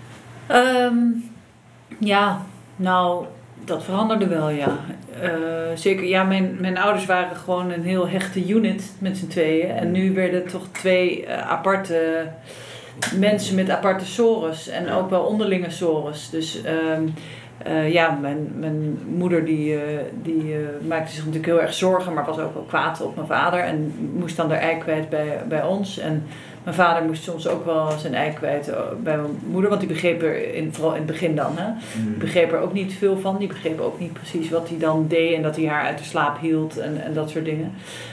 Um, ja, nou, dat veranderde wel, ja. Uh, zeker, ja, mijn, mijn ouders waren gewoon een heel hechte unit met z'n tweeën. En nu werden het toch twee uh, aparte mensen met aparte sores en ook wel onderlinge sores. Dus um, uh, ja, mijn, mijn moeder die, uh, die uh, maakte zich natuurlijk heel erg zorgen, maar was ook wel kwaad op mijn vader. En moest dan haar ei kwijt bij, bij ons. En mijn vader moest soms ook wel zijn ei kwijt bij mijn moeder, want die begreep er, in, vooral in het begin dan, hè, Mm. begreep er ook niet veel van. Die begreep ook niet precies wat hij dan deed en dat hij haar uit de slaap hield en, en dat soort dingen.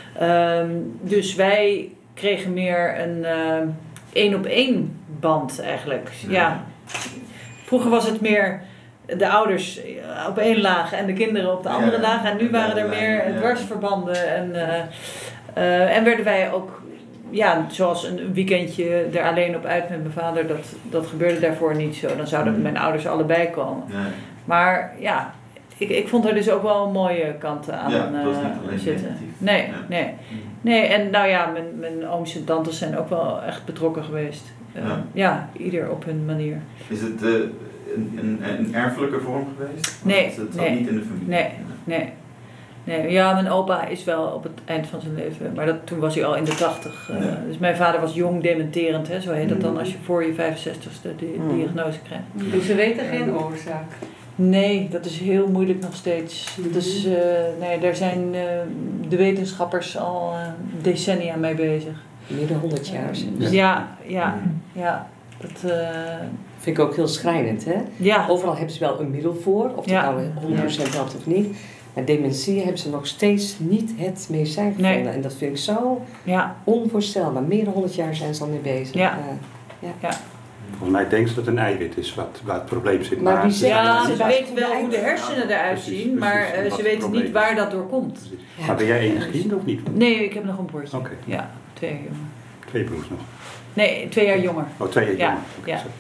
Um, dus wij kregen meer een één op één band eigenlijk. Ja. Ja. Vroeger was het meer de ouders op één laag en de kinderen op de andere Ja, laag. En nu waren er meer ja. dwarsverbanden. En, uh, uh, en werden wij ook, ja, zoals een weekendje er alleen op uit met mijn vader. Dat, dat gebeurde daarvoor niet zo. Dan zouden Mm. mijn ouders allebei komen. Nee. Maar ja, ik, ik vond er dus ook wel mooie kanten aan Ja, het was uh, niet alleen zitten. negatief. Nee, Ja. nee. Nee, en nou ja, mijn, mijn ooms en tantes zijn ook wel echt betrokken geweest. Uh, Ja. ja, ieder op hun manier. Is het uh, een, een, een erfelijke vorm geweest? Nee, Het zat nee. niet in de familie? Nee, nee. Nee, ja, mijn opa is wel op het eind van zijn leven, maar dat, toen was hij al in de tachtig. Uh, Ja. Dus mijn vader was jong dementerend, hè, zo heet dat dan Mm. als je voor je vijfenzestigste de Mm. diagnose krijgt. Dus ze weten geen oorzaak. Nee, dat is heel moeilijk nog steeds. Dat is, uh, nee, daar zijn uh, de wetenschappers al uh, decennia mee bezig. Meer dan honderd jaar. Ja, ja, ja. ja. Dat, uh, Vind ik ook heel schrijnend, hè? ja. Overal hebben ze wel een middel voor, of dat Ja. nou honderd procent helpt of niet. Maar dementie hebben ze nog steeds niet het medicijn gevonden. Nee. En dat vind ik zo ja. onvoorstelbaar. Meer dan honderd jaar zijn ze al mee bezig. Ja. Uh, Volgens mij denken ze dat het een eiwit is wat, waar het probleem zit. Maar wie zegt Ja, dat? ze Ze weten weten wel hoe de hersenen eruit Precies, zien, maar precies. uh, Wat ze het weten probleem niet is. waar dat door komt. Ja. Maar ben jij enig kind of niet? Nee, ik heb nog een broertje. Oké. Ja, twee jaar jonger. Twee broers nog. Nee, twee jaar jonger. Oh, twee jaar Ja, jonger. Oké, ja. zo.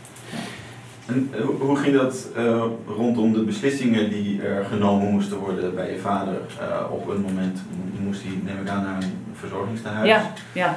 En uh, hoe, hoe ging dat uh, rondom de beslissingen die er genomen moesten worden bij je vader? Uh, op een moment moest hij, neem ik aan, naar een verzorgingstehuis. Ja, ja.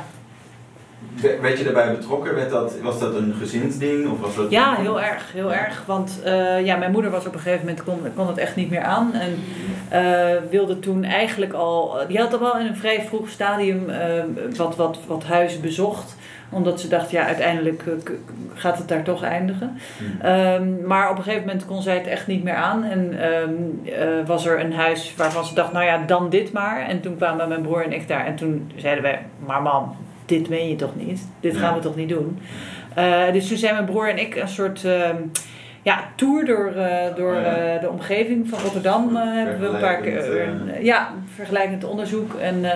W- werd je daarbij betrokken? Werd dat, was dat een gezinsding? Of was dat Ja, heel erg, heel erg. Want uh, ja, mijn moeder was op een gegeven moment, kon, kon het echt niet meer aan. En uh, wilde toen eigenlijk al, die had al wel in een vrij vroeg stadium uh, wat, wat, wat huizen bezocht. Omdat ze dacht, ja, uiteindelijk uh, k- gaat het daar toch eindigen. Hmm. Um, maar op een gegeven moment kon zij het echt niet meer aan. En um, uh, was er een huis waarvan ze dacht, nou ja, dan dit maar. En toen kwamen mijn broer en ik daar. En toen zeiden wij, maar mam, dit meen je toch niet? Dit gaan we toch niet doen? Uh, dus toen zijn mijn broer en ik een soort um, ja, tour door, uh, door uh, de omgeving van Rotterdam. Uh, hebben we een paar keer. Uh, ja, vergelijkend onderzoek. En uh,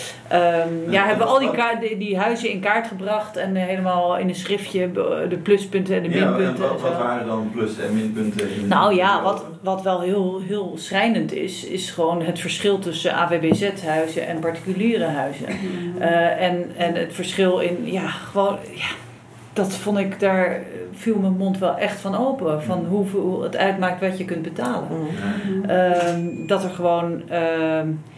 um, ja, hebben we al die, ka- die, die huizen in kaart gebracht. En uh, helemaal in een schriftje de pluspunten en de Ja, minpunten. en wat, wat waren dan plus- en minpunten? In Nou ja, in wat, wat wel heel, heel schrijnend is, is gewoon het verschil tussen A W B Z-huizen en particuliere huizen. Uh, en, en het verschil in, ja, gewoon, ja, dat vond ik, daar viel mijn mond wel echt van open. Van hoeveel het uitmaakt wat je kunt betalen. Mm. Ja. Um, dat er gewoon, um,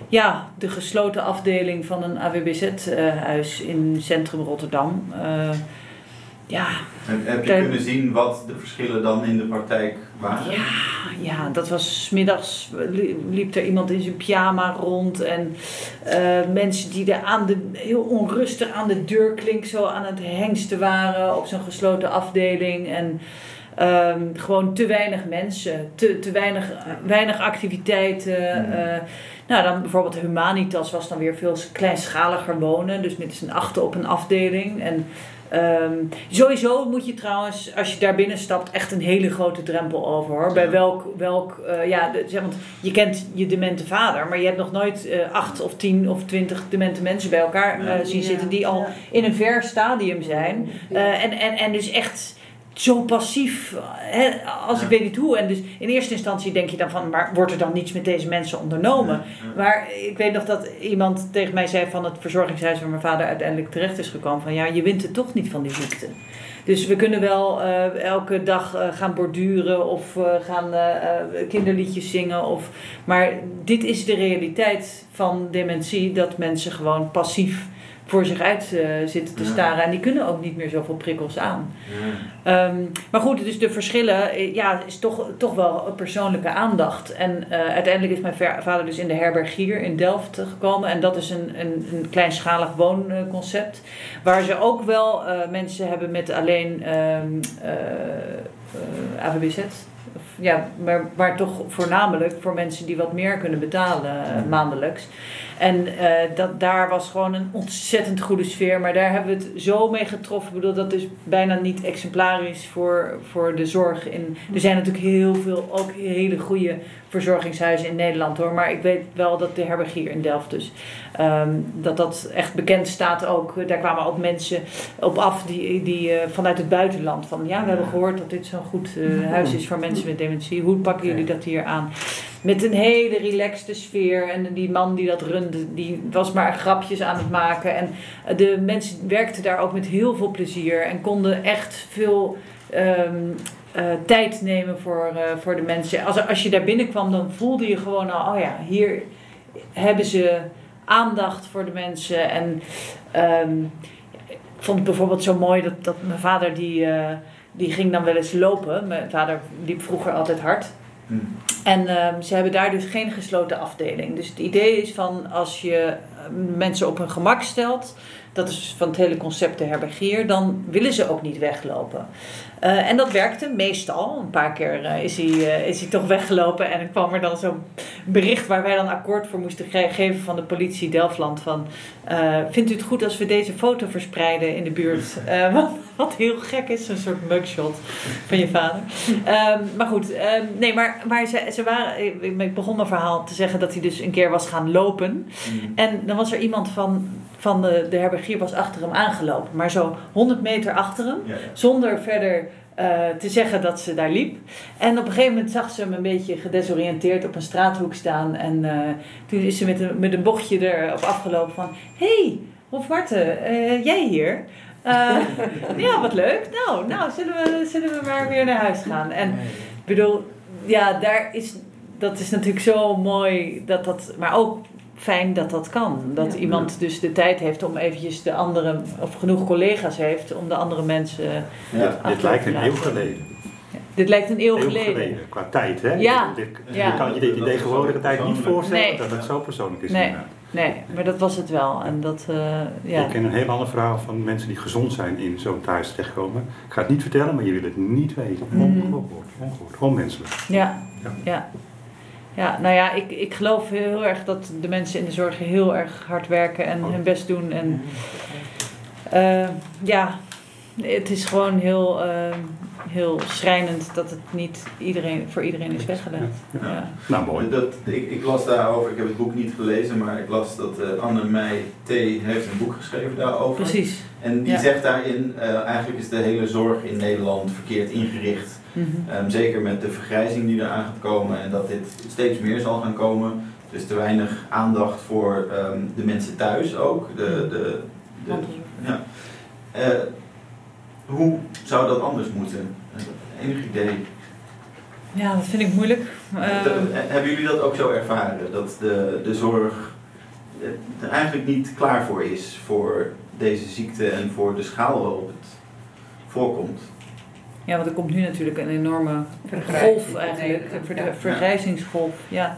ja, de gesloten afdeling van een A W B Z-huis in centrum Rotterdam. Uh, ja, heb, heb je daar, kunnen zien wat de verschillen dan in de praktijk waren? Ja, ja, dat was 's middags liep er iemand in zijn pyjama rond en uh, mensen die er aan de, heel onrustig aan de deurklink zo aan het hengsten waren op zo'n gesloten afdeling. En um, gewoon te weinig mensen, te, te weinig, weinig activiteiten. Mm. Uh, nou, dan bijvoorbeeld Humanitas was dan weer veel kleinschaliger wonen, dus met z'n achten op een afdeling. En Um, sowieso moet je trouwens, als je daar binnen stapt, echt een hele grote drempel over hoor. Bij welk, welk uh, ja, de, want je kent je demente vader, maar je hebt nog nooit uh, acht of tien of twintig demente mensen bij elkaar uh, zien zitten die al in een ver stadium zijn. Uh, en, en, en dus echt zo passief, hè, als ja. ik weet niet hoe. En dus in eerste instantie denk je dan van, maar wordt er dan niets met deze mensen ondernomen? Ja, ja. Maar ik weet nog dat iemand tegen mij zei van het verzorgingshuis waar mijn vader uiteindelijk terecht is gekomen, van ja, je wint het toch niet van die ziekte. Dus we kunnen wel uh, elke dag uh, gaan borduren of uh, gaan uh, uh, kinderliedjes zingen. Of, maar dit is de realiteit van dementie, dat mensen gewoon passief voor zich uit uh, zitten te staren. Ja. En die kunnen ook niet meer zoveel prikkels aan. Ja. Um, maar goed, dus de verschillen, ja, is toch, toch wel een persoonlijke aandacht. En uh, uiteindelijk is mijn vader dus in de herberg hier in Delft uh, gekomen. En dat is een, een, een kleinschalig woonconcept. Waar ze ook wel uh, mensen hebben met alleen um, uh, uh, A W B Z. Ja, maar, maar toch voornamelijk voor mensen die wat meer kunnen betalen uh, maandelijks. En uh, dat, daar was gewoon een ontzettend goede sfeer. Maar daar hebben we het zo mee getroffen. Ik bedoel, dat is bijna niet exemplarisch voor, voor de zorg. In, er zijn natuurlijk heel veel, ook hele goede verzorgingshuizen in Nederland hoor. Maar ik weet wel dat de herberg hier in Delft dus, um, dat dat echt bekend staat ook. Daar kwamen ook mensen op af die, die uh, vanuit het buitenland. Van ja, we hebben gehoord dat dit zo'n goed uh, huis is voor mensen met dementie. Hoe pakken jullie dat hier aan? Met een hele relaxte sfeer. En die man die dat runde, die was maar grapjes aan het maken. En de mensen werkten daar ook met heel veel plezier. En konden echt veel um, uh, tijd nemen voor, uh, voor de mensen. Als, als je daar binnenkwam, dan voelde je gewoon al, oh ja, hier hebben ze aandacht voor de mensen. En um, ik vond het bijvoorbeeld zo mooi dat, dat mijn vader, die, uh, die ging dan wel eens lopen. Mijn vader liep vroeger altijd hard. Hmm. En uh, ze hebben daar dus geen gesloten afdeling. Dus het idee is van als je mensen op hun gemak stelt, dat is van het hele concept de herbergier, dan willen ze ook niet weglopen. Uh, en dat werkte meestal. Een paar keer uh, is, hij, uh, is hij toch weggelopen en dan kwam er dan zo'n bericht waar wij dan akkoord voor moesten geven van de politie Delftland van uh, vindt u het goed als we deze foto verspreiden in de buurt? Uh, wat, wat heel gek is, een soort mugshot van je vader. Um, maar goed, um, nee, maar, maar ze, ze waren, ik begon mijn verhaal te zeggen dat hij dus een keer was gaan lopen. Mm. En dan was er iemand van, van de, de herbergier was achter hem aangelopen, maar zo honderd meter achter hem, ja, ja. zonder verder Uh, te zeggen dat ze daar liep. En op een gegeven moment zag ze hem een beetje gedesoriënteerd op een straathoek staan. En uh, toen is ze met een, met een bochtje erop afgelopen van, hé, hey, Rolf Marten, uh, jij hier? Uh, ja, wat leuk. Nou, nou zullen, we, zullen we maar weer naar huis gaan. En ik bedoel, ja, daar is, dat is natuurlijk zo mooi dat dat, maar ook fijn dat dat kan. Dat ja, iemand dus de tijd heeft om eventjes de andere, of genoeg collega's heeft om de andere mensen ja, dit lijkt een eeuw geleden. Ja, dit lijkt een eeuw, eeuw geleden. geleden. Qua tijd, hè? Ja. Dit, ja. Je kan je dit in tegenwoordige tijd niet voorstellen nee. dat het zo persoonlijk is. Nee. nee, maar dat was het wel. En dat, uh, ja. Ik ken een heel ander verhaal van mensen die gezond zijn in zo'n thuis terechtkomen. Ik ga het niet vertellen, maar je wil het niet weten. Mm. Ongehoord, ongehoord, onmenselijk. Ja, ja. ja. Ja, nou ja, ik, ik geloof heel erg dat de mensen in de zorg heel erg hard werken en hun best doen. En uh, ja, het is gewoon heel, uh, heel schrijnend dat het niet iedereen, voor iedereen is weggelegd. Ja. Ja. Nou, mooi. Dat, ik, ik las daarover, ik heb het boek niet gelezen, maar ik las dat uh, Anne-Meij T. heeft een boek geschreven daarover. Precies. En die ja. zegt daarin, uh, eigenlijk is de hele zorg in Nederland verkeerd ingericht. Mm-hmm. Um, zeker met de vergrijzing die eraan gaat komen en dat dit steeds meer zal gaan komen. Dus te weinig aandacht voor um, de mensen thuis ook. De, de, de, ja. uh, hoe zou dat anders moeten? Enig idee? Ja, dat vind ik moeilijk. Uh, de, hebben jullie dat ook zo ervaren? Dat de, de zorg er eigenlijk niet klaar voor is voor deze ziekte en voor de schaal waarop het voorkomt. Ja, want er komt nu natuurlijk een enorme Vergrijzing. golf eigenlijk, een ver- Ja. vergrijzingsgolf. Ja.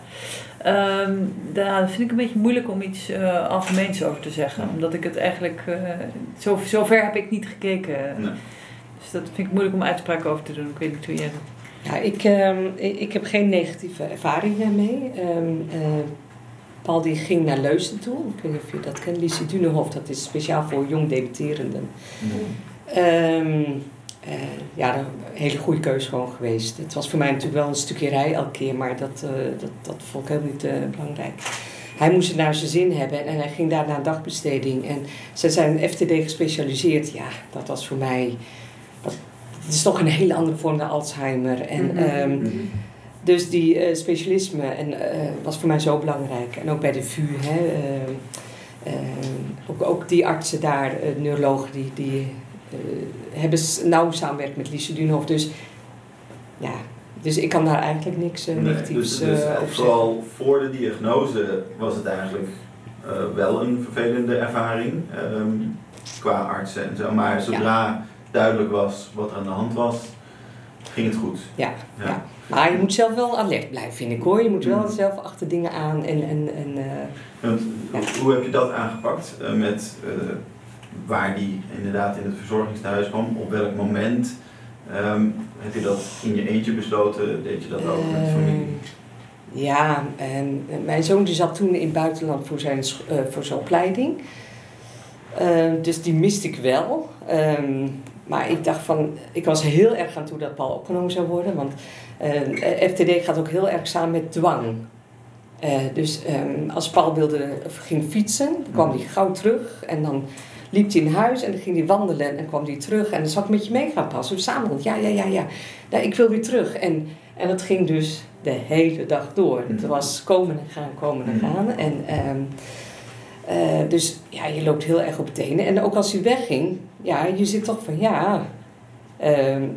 Um, daar dat vind ik een beetje moeilijk om iets uh, algemeens over te zeggen, omdat ik het eigenlijk, uh, zo, zo ver heb ik niet gekeken. Nee. Dus dat vind ik moeilijk om uitspraken over te doen. Ik weet niet hoe jij dat... Ja, ik, um, ik, ik heb geen negatieve ervaringen mee. Um, uh, Paul die ging naar Leusden toe. Ik weet niet of je dat kent. Lisie Dunenhof, dat is speciaal voor jong debuterenden. Mm. Um, uh, ja, een hele goede keuze gewoon geweest. Het was voor mij natuurlijk wel een stukje rij elke keer, maar dat, uh, dat, dat vond ik helemaal niet uh, belangrijk. Hij moest het naar zijn zin hebben en hij ging daar naar een dagbesteding. En ze zijn F T D gespecialiseerd. Ja, dat was voor mij... Dat, het is toch een hele andere vorm dan Alzheimer. En, Mm-hmm. um, Mm-hmm. Dus die uh, specialisme en, uh, was voor mij zo belangrijk. En ook bij de V U. Hè, uh, uh, ook, ook die artsen daar, uh, neurologen, die, die uh, hebben nauw samenwerkt met Lisie Dunenhof. Dus ja, dus ik kan daar eigenlijk niks uh, Nee, negatiefs dus, dus uh, over zeggen. vooral voor de diagnose was het eigenlijk uh, wel een vervelende ervaring um, qua artsen en zo. Maar zodra ja. duidelijk was wat er aan de hand was, ging het goed. Ja, ja. ja. Maar je moet zelf wel alert blijven, vind ik hoor. Je moet wel Mm. zelf achter dingen aan. En, en, en, uh, Want, ja. Hoe heb je dat aangepakt uh, met uh, waar die inderdaad in het verzorgingstehuis kwam? Op welk moment? Um, heb je dat in je eentje besloten? Deed je dat ook met familie? Uh, ja, en mijn zoon die zat toen in het buitenland voor zijn, uh, voor zijn opleiding. Uh, dus die miste ik wel. Um, maar ik dacht van, ik was heel erg aan toe dat Paul opgenomen zou worden. Want uh, F T D gaat ook heel erg samen met dwang. Uh, dus um, als Paul wilde, of ging fietsen, dan kwam hij gauw terug. En dan liep hij in huis en dan ging hij wandelen en kwam hij terug. En dan zou ik met je mee gaan passen. Dus samen, ja, ja, ja, ja. Nou, ik wil weer terug. En, en dat ging dus de hele dag door. Het was komen en gaan, komen en gaan. En, um, uh, dus ja, je loopt heel erg op tenen. En ook als hij wegging, ja, je zit toch van, ja... Uh, uh,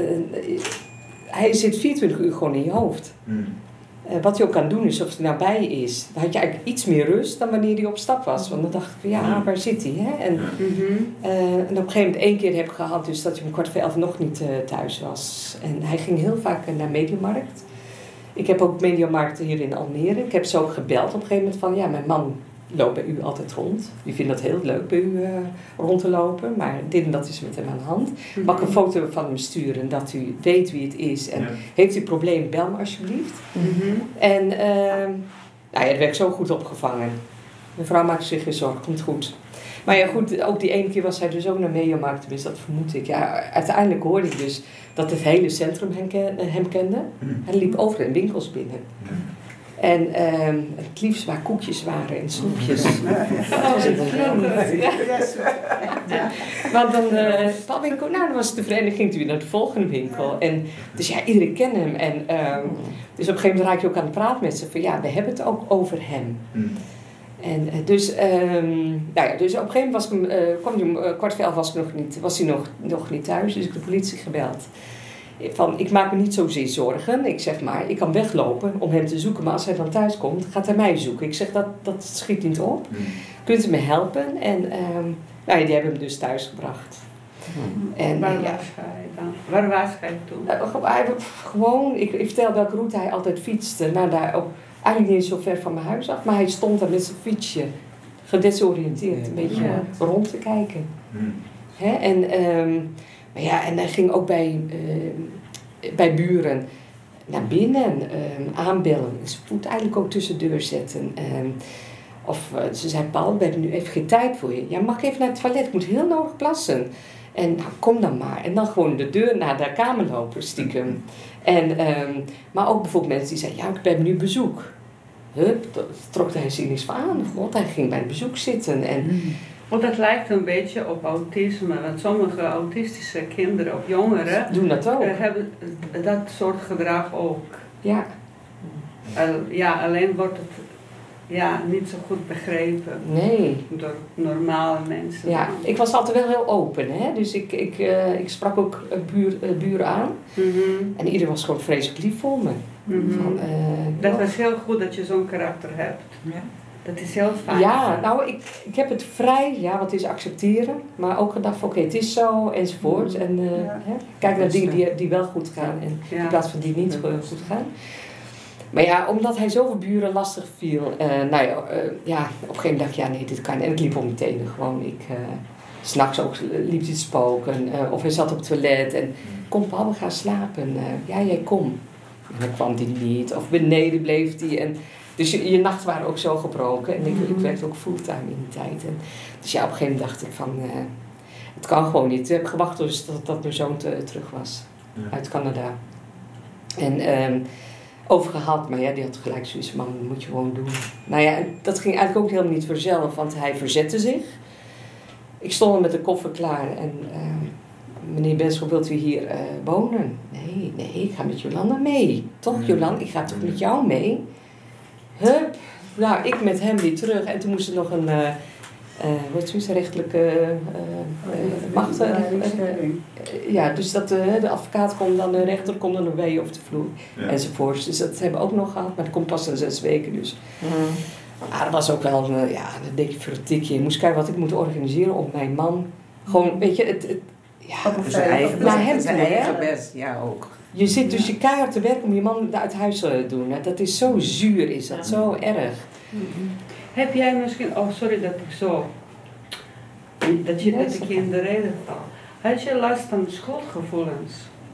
hij zit vierentwintig uur gewoon in je hoofd. Mm. Uh, wat hij ook aan doen is, of hij nou bij je is, dan had je eigenlijk iets meer rust dan wanneer hij op stap was. Want dan dacht ik van, ja, waar zit hij? Hè? En, Mm-hmm. uh, en op een gegeven moment één keer heb ik gehad dus dat hij om kwart voor elf nog niet uh, thuis was. En hij ging heel vaak uh, naar Mediamarkt. Ik heb ook Mediamarkt hier in Almere. Ik heb ze ook gebeld op een gegeven moment van, ja, mijn man loopt bij u altijd rond. Die vindt dat heel leuk bij u uh, rond te lopen. Maar dit en dat is met hem aan de hand. Mm-hmm. Mag ik een foto van hem sturen dat u weet wie het is. En Ja. heeft u een probleem, bel me alsjeblieft. Mm-hmm. En uh, nou ja, dat werd zo goed opgevangen. Mijn vrouw maakte zich geen zorgen, komt goed. Maar ja goed, ook die ene keer was hij dus ook naar Mediamarkt. Dus dat vermoed ik. Ja, uiteindelijk hoorde ik dus dat het hele centrum hem, ken, hem kende. Mm. Hij liep overal in winkels binnen. Ja. En um, het liefst waar koekjes waren en snoepjes. Dat was Oh, het. Ja. Ja. Want dan, uh, Paul winkel, nou dan was het tevreden, dan ging hij weer naar de volgende winkel. En, dus ja, iedereen kende hem. En, um, dus op een gegeven moment raak je ook aan het praten met ze van ja, we hebben het ook over hem. Mm. En uh, dus, um, nou ja, dus op een gegeven moment was ik hem, uh, kwam hij om uh, kwart voor elf was, ik nog niet, was hij nog, nog niet thuis, dus ik heb de politie gebeld. Van, ik maak me niet zozeer zorgen. Ik zeg maar, ik kan weglopen om hem te zoeken. Maar als hij dan thuis komt, gaat hij mij zoeken. Ik zeg, dat, dat schiet niet op. Mm. Kunt u me helpen? En um, nou, die hebben hem dus thuis gebracht. En, Waar uh, ja, was hij dan? Waar was hij toen? uh, hij, gewoon, ik, ik vertel welke route hij altijd fietste. Nou, daar ook, eigenlijk niet zo ver van mijn huis af. Maar hij stond daar met zijn fietsje, gedesoriënteerd, een beetje Ja. rond te kijken. Mm. Hè? En, um, maar ja, en hij ging ook bij, uh, bij buren naar binnen um, aanbellen. Zijn voet eigenlijk ook tussen de deur zetten. Um, of uh, ze zei, Paul, we hebben nu even geen tijd voor je. Ja, mag ik even naar het toilet? Ik moet heel nodig plassen. En nou, kom dan maar. En dan gewoon de deur naar de kamer lopen, stiekem. En, um, maar ook bijvoorbeeld mensen die zeiden, ja, ik heb nu bezoek. Hup, dat trok hij zich niks van aan. God, hij ging bij het bezoek zitten. En, Want dat lijkt een beetje op autisme. Want sommige autistische kinderen of jongeren doen dat ook. uh, hebben dat soort gedrag ook. Ja. Uh, ja, alleen wordt het ja, niet zo goed begrepen Nee. door normale mensen. Ja, ik was altijd wel heel open, hè. Dus ik, ik, uh, ik sprak ook uh, buur, uh, buren aan. Mm-hmm. En iedereen was gewoon vreselijk lief voor me. Mm-hmm. Van, uh, Dat ja. was heel goed dat je zo'n karakter hebt. Ja. Dat is heel fijn. Ja, nou, ik, ik heb het vrij, ja, wat is accepteren. Maar ook gedacht van, oké, het is zo, enzovoort. En uh, Ja. hè, kijk naar dingen die, die wel goed gaan en Ja. in plaats van die niet goed, goed gaan. Maar ja, omdat hij zoveel buren lastig viel, uh, nou ja, uh, ja, op een gegeven moment dacht ik, ja, nee, dit kan niet. En het liep om mijn tenen gewoon. Ik, uh, 's nachts ook liep hij te spoken, uh, of hij zat op het toilet en, kom Paul, we gaan slapen. Uh, ja, jij kom. En dan kwam hij niet, of beneden bleef hij. En, dus je, je nachten waren ook zo gebroken. En ik, ik werkte ook fulltime in die tijd. En, dus ja, op een gegeven moment dacht ik van, uh, het kan gewoon niet. Ik heb gewacht dus dat, dat mijn zoon te, terug was, Ja. uit Canada. En um, overgehaald, maar ja, die had gelijk zoiets van, dat moet je gewoon doen. Nou ja, dat ging eigenlijk ook helemaal niet vanzelf, want hij verzette zich. Ik stond al met de koffer klaar en uh, meneer Benschop, wilt u hier uh, wonen? Nee, nee, ik ga met Jolanda mee. Toch, Jolanda, ik ga toch met jou mee? Hup, nou, ik met hem weer terug en toen moest er nog een, uh, uh, wat is het, rechtelijke uh, uh, macht. Uh, uh, ja, dus dat uh, de advocaat komt dan, de rechter komt dan een wee over de vloer, ja. Enzovoorts. Dus dat hebben we ook nog gehad, maar dat komt pas in zes weken dus. Mm. Maar dat was ook wel, uh, ja, dan denk ik voor een tikje. Je moest kijken wat ik moet organiseren om mijn man. Gewoon, weet je, het, het ja, zijn eigen, naar hem toe, zijn eigen hè? best, ja ook. Je zit dus je keihard te werk om je man uit huis te doen. Hè? Dat is zo zuur, is dat, zo erg. Mm-hmm. Heb jij misschien, oh sorry dat ik zo, dat, je, dat ik je in de reden val. Had je last van schuldgevoelens?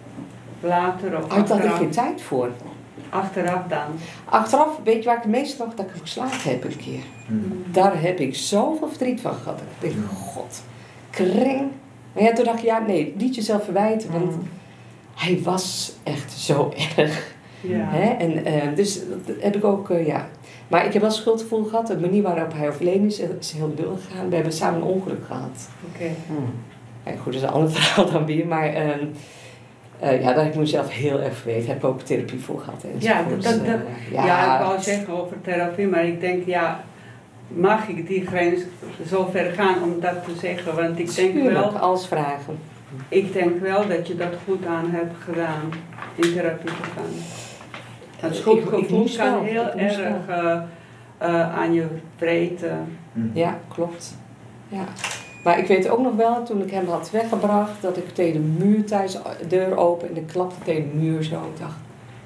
Later of achteraf? Daar had ik achteraf? geen tijd voor. Achteraf dan? Achteraf, weet je waar ik het meest nog, dat ik hem geslagen heb een keer. Mm. Daar heb ik zoveel verdriet van gehad. Ik denk, god, kring. Maar ja, toen dacht ik, ja nee, niet jezelf verwijten, want mm. hij was echt zo erg. Ja. Hè? En, uh, dus dat heb ik ook, uh, ja. Maar ik heb wel schuldgevoel gehad. De manier waarop hij overleden is, is heel dubbel gegaan. We hebben samen een ongeluk gehad. Oké. Okay. Hmm. Ja, goed, dat is een ander verhaal dan weer. Maar uh, uh, ja, daar heb ik mezelf heel erg verweten. Heb ik ook therapie voor gehad. Ja, dat, dat, uh, ja, ja, ik wou zeggen over therapie, maar ik denk, ja, mag ik die grens zo ver gaan om dat te zeggen? Want ik denk Tuurlijk, wel... als vragen. Ik denk wel dat je dat goed aan hebt gedaan, in therapie te gaan. Het schuldgevoel kan wel, heel erg uh, uh, aan je vreten. Ja, klopt. Ja. Maar ik weet ook nog wel, toen ik hem had weggebracht, dat ik tegen de muur thuis, de deur open en ik klapte tegen de muur zo. Ik dacht,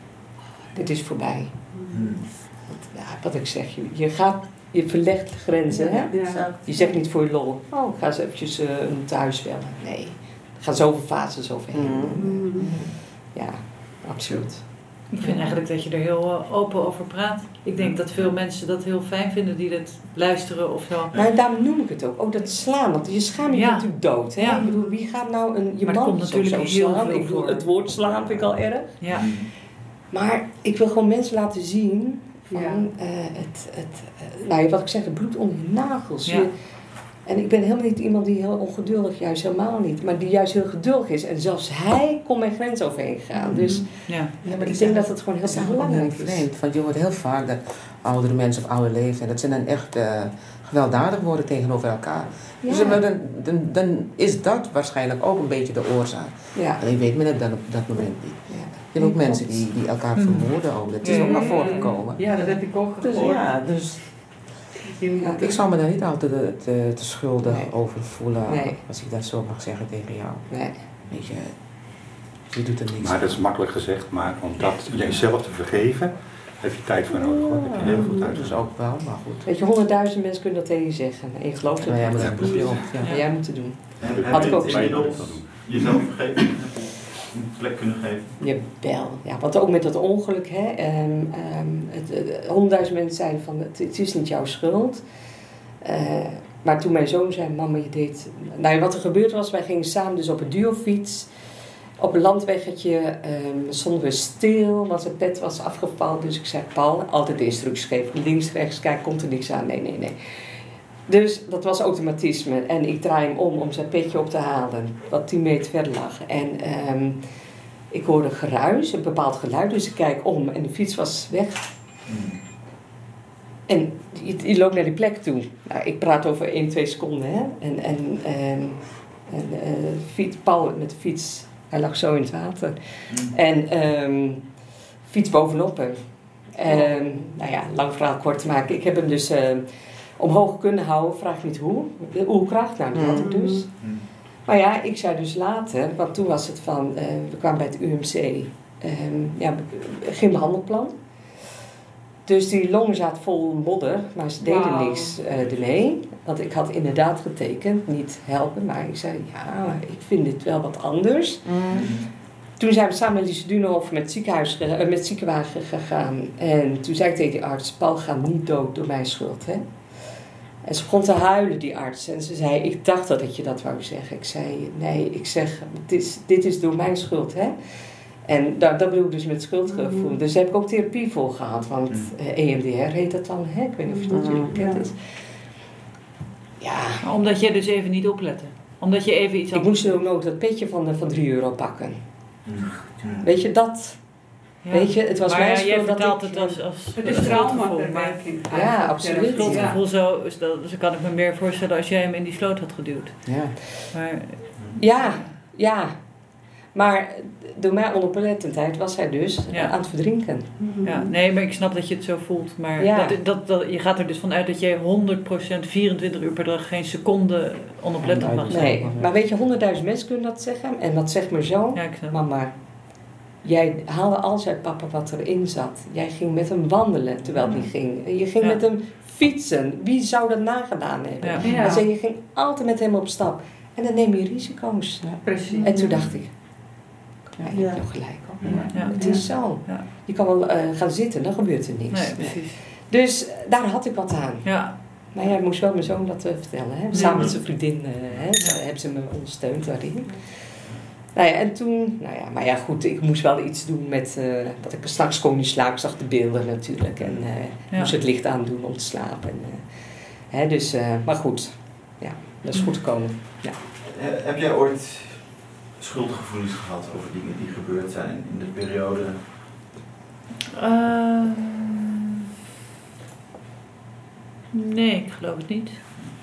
dit is voorbij. Mm. Ja, wat ik zeg, je, je gaat, je verlegt de grenzen, hè? Ja. Je zegt niet voor je lol, oh, ik ga eens eventjes uh, een thuis bellen. Nee, er gaan zoveel fases overheen. Mm. Ja, absoluut. Ik vind eigenlijk dat je er heel open over praat. Ik denk dat veel mensen dat heel fijn vinden die dat luisteren of zo. Maar daarom noem ik het ook. Ook dat slaan. Want je schaam je ja. natuurlijk dood. Hè? Ja. Ik bedoel, wie gaat nou een, je maar man natuurlijk zo, zo slaan? Ik bedoel, het woord slaan vind ik al erg. Ja. Maar ik wil gewoon mensen laten zien van ja. uh, het, het, uh, nou, wat ik zeg, het bloed onder je nagels. Ja. Je, en ik ben helemaal niet iemand die heel ongeduldig, juist helemaal niet. Maar die juist heel geduldig is. En zelfs hij kon mijn grens overheen gaan. Dus ja. Ja, maar ik denk dat het gewoon heel belangrijk is. Vreemd, want je hoort heel vaak dat oudere mensen op oude leeftijd, dat ze dan echt uh, gewelddadig worden tegenover elkaar. Ja. Dus dan, dan, dan is dat waarschijnlijk ook een beetje de oorzaak. Ja. Alleen weet men het dan op dat moment niet. Ja. Je hebt ook nee, mensen die, die elkaar vermoorden ook. Dat is ook naar voren gekomen. Ja, dat heb ik ook gehoord. Dus, ja, dus... Ja, ik zou me daar niet altijd te, te, te schuldig nee. over voelen, nee. als ik dat zo mag zeggen tegen jou. Nee. Weet je, je doet er niks Maar dat is makkelijk gezegd, maar om dat jezelf te vergeven, heb je tijd voor nodig. Hoor. Heb je heel veel tijd. Dus ook wel, maar goed. Weet je, honderdduizend mensen kunnen dat tegen je zeggen. En je gelooft het niet. Ja, maar ja, dat moet je ook. Ja. Ja, jij moet het doen. En, Had ik ook inmiddels jezelf vergeven? Een plek kunnen geven? Jawel, ja, want ook met dat ongeluk, hè, um, um, honderdduizend mensen zeiden van het, het is niet jouw schuld. Uh, maar toen mijn zoon zei, mama je deed... Nou wat er gebeurd was, wij gingen samen dus op een duofiets, op een landweggetje, um, stonden we stil, want zijn pet was afgevallen. Dus ik zei, Paul, altijd de instructies geven, links, rechts, kijk, komt er niks aan, nee, nee, nee. Dus dat was automatisme. En ik draai hem om om zijn petje op te halen, wat tien meter verder lag. En um, ik hoorde geruis, een bepaald geluid, dus ik kijk om en de fiets was weg. Mm. En je, je loopt naar die plek toe. Nou, ik praat over één, twee seconden, hè. En, en, um, en uh, fiets, Paul met de fiets, hij lag zo in het water. Mm. En um, fiets bovenop hem. En, nou ja, lang verhaal kort te maken. Ik heb hem dus uh, omhoog kunnen houden. Vraag niet hoe. De oerkracht, nou, dat had ik dus. Mm. Maar ja, ik zei dus later, want toen was het van, uh, we kwamen bij het U M C, um, ja, geen behandelplan. Dus die longen zaten vol modder, maar ze deden Wow. niks uh, ermee. Want ik had inderdaad getekend, niet helpen, maar ik zei, ja, maar ik vind dit wel wat anders. Mm. Toen zijn we samen met Lise Dunehoff met het ziekenhuis, uh, met het ziekenwagen gegaan. En toen zei ik tegen die arts, Paul gaat niet dood door mijn schuld, hè. En ze begon te huilen, die arts. En ze zei, ik dacht dat ik je dat wou zeggen. Ik zei, nee, ik zeg, dit is, dit is door mijn schuld, hè. En dat, dat bedoel ik dus met schuldgevoel. Mm. Dus daar heb ik ook therapie voor gehad. Want mm. uh, E M D R heet dat dan, hè. Ik weet niet of je dat mm. jullie bekend is. Ja. Omdat je dus even niet oplette. Omdat je even iets Ik moest ook nog dat petje van, van drie euro pakken. Mm. Weet je, dat... Ja. Weet je, het was maar mijn ja, schuld jij vertelt dat ik, het als, als het is traumaverwerking. Ja, absoluut. Schuldgevoel Ja. zo, dus dat dus kan ik me meer voorstellen als jij hem in die sloot had geduwd. Ja. Maar, ja, ja. Maar door mijn onoplettendheid was hij dus ja. aan het verdrinken. Ja, nee, maar ik snap dat je het zo voelt. Maar ja. dat, dat, dat, je gaat er dus vanuit dat jij honderd procent vierentwintig uur per dag geen seconde onoplettend mag zijn. Nee, maar weet je, honderdduizend mensen kunnen dat zeggen. En dat zegt me zo. Ja, ik snap. Mama, jij haalde alles uit papa wat erin zat. Jij ging met hem wandelen terwijl het niet ging. Je ging ja. met hem fietsen. Wie zou dat nagedaan hebben? Ja. Ja. En je ging altijd met hem op stap. En dan neem je risico's. Ja, precies. En toen dacht ik, ja, ik ja. heb nog gelijk op. Ja. Het is zo. Ja. Je kan wel uh, gaan zitten, dan gebeurt er niks. Nee, precies. Dus daar had ik wat aan. Ja. Maar ja, ik moest wel mijn zoon dat uh, vertellen. Hè? Samen met zijn vriendin uh, hè? Ja. hebben ze me ondersteund daarin. Nou ja, en toen, nou ja, maar ja goed, ik moest wel iets doen met, uh, dat ik straks kon niet slapen. Ik zag de beelden natuurlijk en uh, ja. moest het licht aandoen om te slapen. En, uh, hè, dus, uh, maar goed, ja, dat is goed gekomen. Ja. Heb jij ooit schuldgevoelens gehad over dingen die gebeurd zijn in de periode? Uh, nee, ik geloof het niet.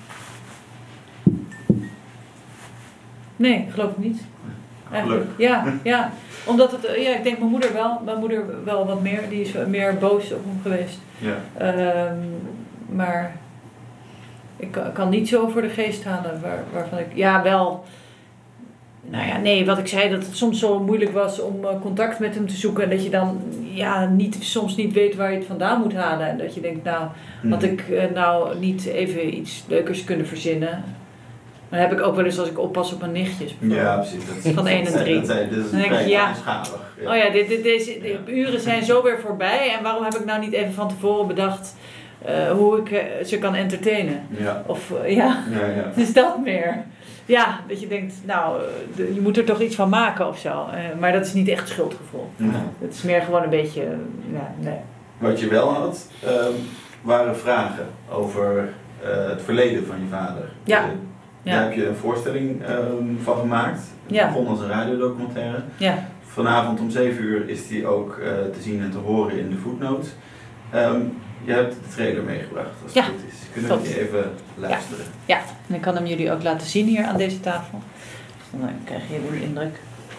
Nee, ik geloof het niet. Eigenlijk. Ja, ja, omdat het, ja, ik denk mijn moeder wel, mijn moeder wel wat meer, die is meer boos op hem geweest. Ja. Um, maar ik kan, kan niet zo voor de geest halen waar, waarvan ik, ja wel, nou ja, nee, wat ik zei, dat het soms zo moeilijk was om uh, contact met hem te zoeken en dat je dan, ja, niet, soms niet weet waar je het vandaan moet halen en dat je denkt, nou, had ik uh, nou niet even iets leukers kunnen verzinnen. Dan heb ik ook wel eens als ik oppas op mijn nichtjes. Ja, precies. Dat van één en drie. Dat zijn, dat is dan denk ik, ja. schalig. Ja. Oh ja, dit, dit, deze de ja. uren zijn zo weer voorbij. En waarom heb ik nou niet even van tevoren bedacht uh, hoe ik uh, ze kan entertainen? Ja. Of uh, ja, ja, ja. dus dat meer. Ja, dat je denkt, nou, de, je moet er toch iets van maken of zo. Uh, maar dat is niet echt schuldgevoel. Nee. Het is meer gewoon een beetje, uh, ja, nee. Wat je wel had, um, waren vragen over uh, het verleden van je vader. Ja. Uh, Daar ja. heb je een voorstelling um, van gemaakt. Het ja. begon als een radiodocumentaire. Ja. Vanavond om zeven uur is die ook uh, te zien en te horen in de footnotes. Um, je hebt de trailer meegebracht, als het ja. goed is. Kunnen we die even luisteren? Ja. ja, en ik kan hem jullie ook laten zien hier aan deze tafel. Dus dan krijg je de indruk.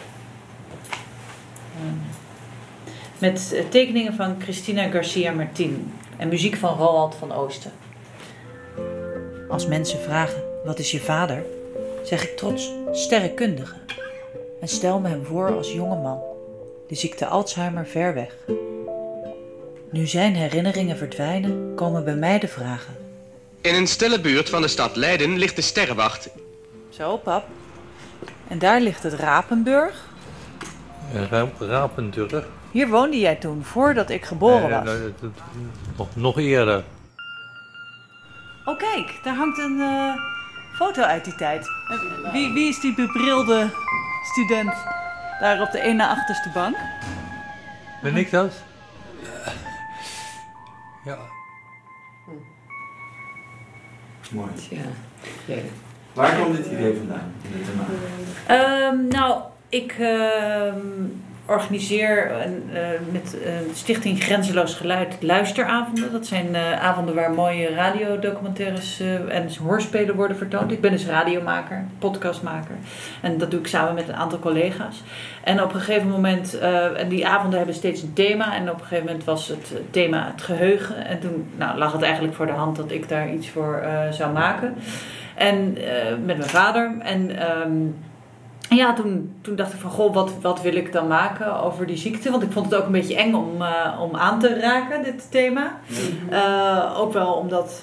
Um, met tekeningen van Cristina Garcia Martin en muziek van Roald van Oosten. Als mensen vragen, wat is je vader? Zeg ik trots, sterrenkundige. En stel me hem voor als jonge man, de ziekte Alzheimer ver weg. Nu zijn herinneringen verdwijnen, komen bij mij de vragen. In een stille buurt van de stad Leiden ligt de Sterrenwacht. Zo, pap. En daar ligt het Rapenburg. Ja, Rapenburg. Hier woonde jij toen, voordat ik geboren was. Nee, nog, nog eerder. Oh kijk, daar hangt een uh, foto uit die tijd. Wie, wie is die bebrilde student daar op de ene na achterste bank? Ben ik dat? Ja. Mooi. Ja. Ja. Waar kwam dit idee vandaan? In de um, nou, ik... Uh, organiseer een, uh, met uh, Stichting Grenzeloos Geluid luisteravonden. Dat zijn uh, avonden waar mooie radiodocumentaires uh, en hoorspelen worden vertoond. Ik ben dus radiomaker, podcastmaker. En dat doe ik samen met een aantal collega's. En op een gegeven moment, uh, en die avonden hebben steeds een thema. En op een gegeven moment was het thema het geheugen. En toen nou, lag het eigenlijk voor de hand dat ik daar iets voor uh, zou maken. En uh, met mijn vader. En um, ja, toen, toen dacht ik van, goh, wat, wat wil ik dan maken over die ziekte? Want ik vond het ook een beetje eng om, uh, om aan te raken, dit thema. Uh, ook wel omdat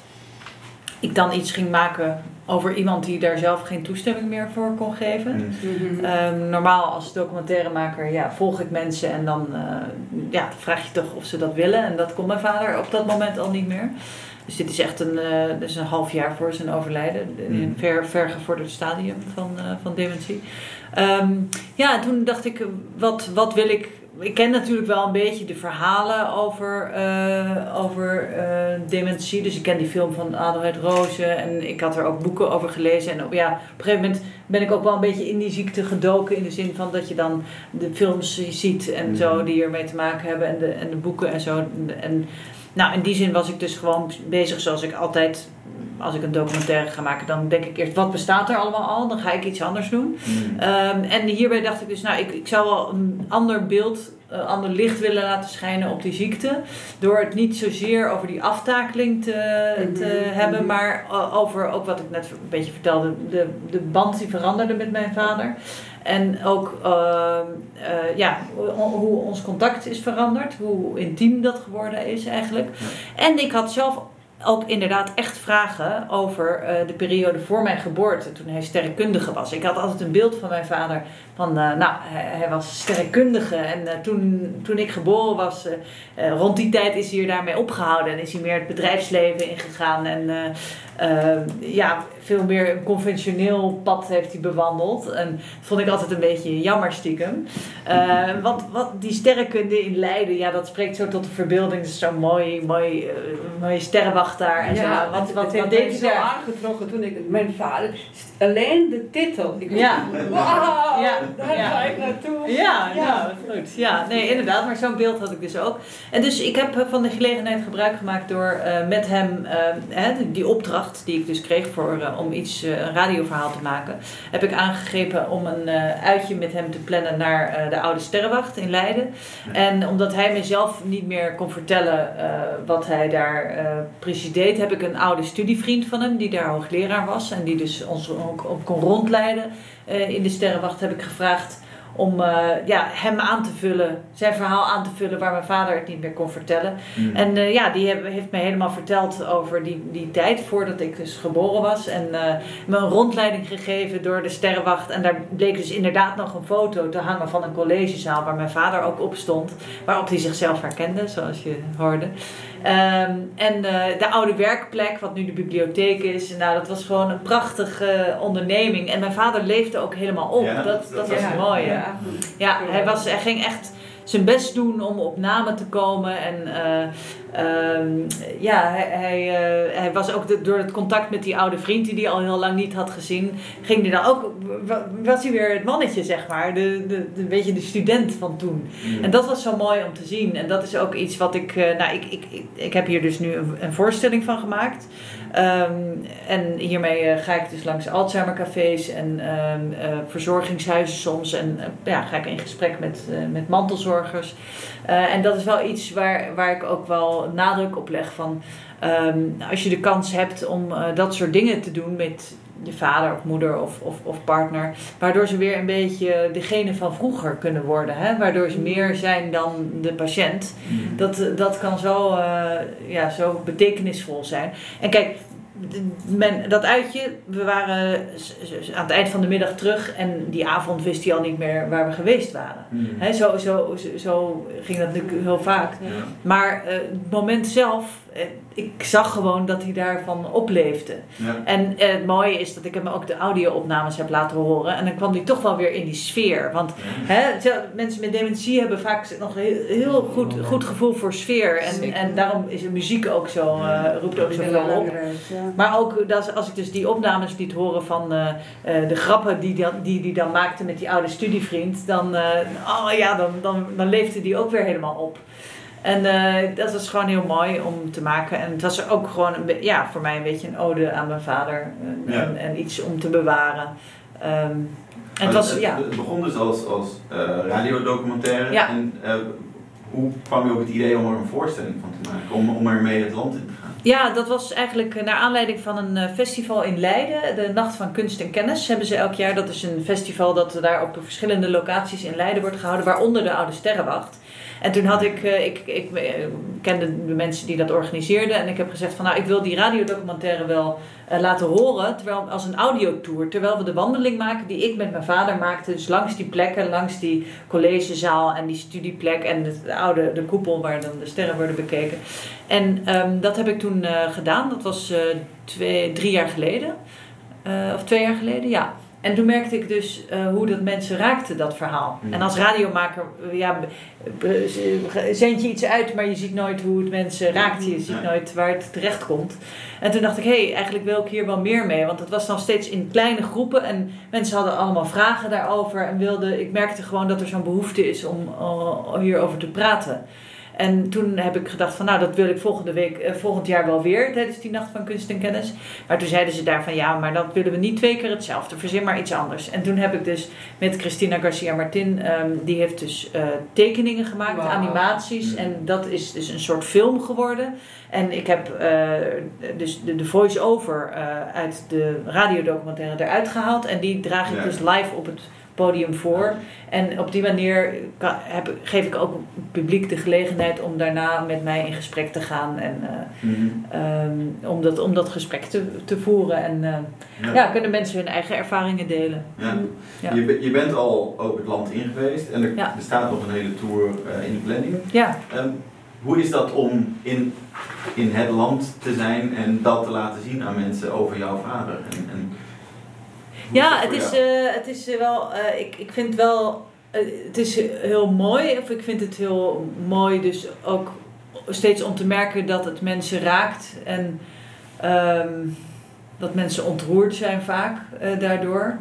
ik dan iets ging maken over iemand die daar zelf geen toestemming meer voor kon geven. Mm-hmm. Um, normaal als documentairemaker ja, volg ik mensen en dan uh, ja, vraag je toch of ze dat willen. En dat kon mijn vader op dat moment al niet meer. Dus dit is echt een, uh, dit is een half jaar voor zijn overlijden. In een ver, vergevorderd stadium van, uh, van dementie. Um, ja, toen dacht ik, wat, wat wil ik... Ik ken natuurlijk wel een beetje de verhalen over, uh, over uh, dementie. Dus ik ken die film van Adelheid Rozen. En ik had er ook boeken over gelezen. En op, ja, op een gegeven moment ben ik ook wel een beetje in die ziekte gedoken. In de zin van dat je dan de films ziet en zo die ermee te maken hebben. En de, en de boeken en zo. En, nou, in die zin was ik dus gewoon bezig zoals ik altijd... Als ik een documentaire ga maken, dan denk ik eerst, wat bestaat er allemaal al? Dan ga ik iets anders doen. Mm. Um, en hierbij dacht ik dus, nou, ik, ik zou wel een ander beeld, een ander licht willen laten schijnen op die ziekte. Door het niet zozeer over die aftakeling te, mm-hmm. te hebben, maar over ook wat ik net een beetje vertelde, de, de band die veranderde met mijn vader. En ook uh, uh, ja, hoe ons contact is veranderd, hoe intiem dat geworden is eigenlijk. Ja. En ik had zelf ook inderdaad echt vragen over uh, de periode voor mijn geboorte, toen hij sterrenkundige was. Ik had altijd een beeld van mijn vader van, uh, nou, hij, hij was sterrenkundige en uh, toen, toen ik geboren was, uh, uh, rond die tijd is hij er daarmee opgehouden en is hij meer het bedrijfsleven ingegaan en uh, uh, ja, veel meer een conventioneel pad heeft hij bewandeld. En dat vond ik altijd een beetje jammer stiekem. Uh, want wat, die sterrenkunde in Leiden, ja, dat spreekt zo tot de verbeelding. Dat is zo'n mooi, mooi, uh, mooie sterrenwacht daar. En ja, zo. Wat, het, wat, het wat heeft deed mij je zo daar? aangetrokken toen ik, mijn vader, alleen de titel. Ik ja. Wauw, ja. daar ja. ga ik naartoe. Ja, ja. Nou, goed. Ja, nee, inderdaad, maar zo'n beeld had ik dus ook. En dus ik heb van de gelegenheid gebruik gemaakt door uh, met hem, uh, hè, die opdracht die ik dus kreeg voor, uh, om iets, uh, een radioverhaal te maken, heb ik aangegrepen om een uh, uitje met hem te plannen naar uh, de Oude Sterrenwacht in Leiden. Ja. En omdat hij mezelf niet meer kon vertellen uh, wat hij daar uh, precies deed, heb ik een oude studievriend van hem, die daar hoogleraar was en die dus ons ook op kon rondleiden uh, in de Sterrenwacht, heb ik gevraagd om uh, ja, hem aan te vullen, zijn verhaal aan te vullen waar mijn vader het niet meer kon vertellen. Mm. En uh, ja, die heb, heeft mij helemaal verteld over die, die tijd voordat ik dus geboren was. En uh, me een rondleiding gegeven door de Sterrenwacht. En daar bleek dus inderdaad nog een foto te hangen van een collegezaal waar mijn vader ook op stond. Waarop hij zichzelf herkende, zoals je hoorde. Um, en uh, de oude werkplek, wat nu de bibliotheek is. Nou, dat was gewoon een prachtige onderneming. En mijn vader leefde ook helemaal op. Ja, dat, dat, dat was ja, mooi. Ja, ja hij, was, hij ging echt zijn best doen om op namen te komen. En uh, uh, ja, hij, hij, uh, hij was ook de, door het contact met die oude vriend die hij al heel lang niet had gezien, ging hij dan ook, was hij weer het mannetje, zeg maar. De, de, de, een beetje de student van toen. Mm. En dat was zo mooi om te zien. En dat is ook iets wat ik, uh, nou, ik, ik, ik, ik heb hier dus nu een, een voorstelling van gemaakt. Um, en hiermee uh, ga ik dus langs Alzheimercafés en um, uh, verzorgingshuizen soms. En uh, ja, ga ik in gesprek met, uh, met mantelzorgers. Uh, en dat is wel iets waar, waar ik ook wel nadruk op leg van. Um, als je de kans hebt om uh, dat soort dingen te doen met je vader of moeder of, of, of partner. Waardoor ze weer een beetje degene van vroeger kunnen worden. Hè? Waardoor ze meer zijn dan de patiënt. Mm. Dat, dat kan zo, uh, ja, zo betekenisvol zijn. En kijk, men, dat uitje, we waren aan het eind van de middag terug. En die avond wist hij al niet meer waar we geweest waren. Mm. Hè? Zo, zo, zo, zo ging dat natuurlijk heel vaak. Ja. Maar uh, het moment zelf, ik zag gewoon dat hij daarvan opleefde. Ja. En eh, het mooie is dat ik hem ook de audio-opnames heb laten horen. En dan kwam hij toch wel weer in die sfeer. Want ja. hè, mensen met dementie hebben vaak nog een heel, heel goed, goed gevoel voor sfeer. En, en daarom is de muziek ook zo, uh, roept ook zoveel op. Maar ook dat, als ik dus die opnames liet horen van uh, uh, de grappen die die, die die dan maakte met die oude studievriend, dan, uh, oh ja, dan, dan, dan leefde die ook weer helemaal op. En uh, dat was gewoon heel mooi om te maken. En het was ook gewoon een be- ja, voor mij een beetje een ode aan mijn vader. En, ja. en, en iets om te bewaren. Um, en het, was, het, ja. het begon dus als, als uh, radiodocumentaire. Ja. En uh, hoe kwam je op het idee om er een voorstelling van te maken? Om, om er mee het land in te gaan? Ja, dat was eigenlijk naar aanleiding van een festival in Leiden. De Nacht van Kunst en Kennis hebben ze elk jaar. Dat is een festival dat daar op verschillende locaties in Leiden wordt gehouden. Waaronder de Oude Sterrenwacht. En toen had ik, ik, ik, ik kende de mensen die dat organiseerden en ik heb gezegd van nou ik wil die radiodocumentaire wel uh, laten horen terwijl, als een audiotour. Terwijl we de wandeling maken die ik met mijn vader maakte. Dus langs die plekken, langs die collegezaal en die studieplek en de, de oude de koepel waar dan de sterren worden bekeken. En um, dat heb ik toen uh, gedaan. Dat was uh, twee, drie jaar geleden. Uh, of twee jaar geleden, ja. En toen merkte ik dus uh, hoe dat mensen raakte, dat verhaal. Mm. En als radiomaker, uh, ja, zend je iets uit, maar je ziet nooit hoe het mensen raakt. Je ziet nooit waar het terecht komt. En toen dacht ik, hé, hey, eigenlijk wil ik hier wel meer mee. Want het was dan steeds in kleine groepen en mensen hadden allemaal vragen daarover. En wilden, ik merkte gewoon dat er zo'n behoefte is om uh, hierover te praten. En toen heb ik gedacht van nou dat wil ik volgende week, eh, volgend jaar wel weer tijdens die Nacht van Kunst en Kennis. Maar toen zeiden ze daar van ja, maar dan willen we niet twee keer hetzelfde. Verzin maar iets anders. En toen heb ik dus met Christina Garcia Martin, um, die heeft dus uh, tekeningen gemaakt, wow. animaties. En dat is dus een soort film geworden. En ik heb uh, dus de, de voice-over uh, uit de radiodocumentaire eruit gehaald. En die draag ik ja. dus live op het podium voor. En op die manier kan, heb, geef ik ook het publiek de gelegenheid om daarna met mij in gesprek te gaan. En uh, mm-hmm. um, om, dat, om dat gesprek te, te voeren. En uh, ja. ja, kunnen mensen hun eigen ervaringen delen. Ja. Ja. Je, je bent al ook het land in geweest. En er ja. bestaat nog een hele tour uh, in de planning. Ja. Um, hoe is dat om in, in het land te zijn en dat te laten zien aan mensen over jouw vader? En, en ja, het is, uh, het is wel, uh, ik, ik vind wel, uh, het is heel mooi, of ik vind het heel mooi dus ook steeds om te merken dat het mensen raakt en um, dat mensen ontroerd zijn vaak uh, daardoor.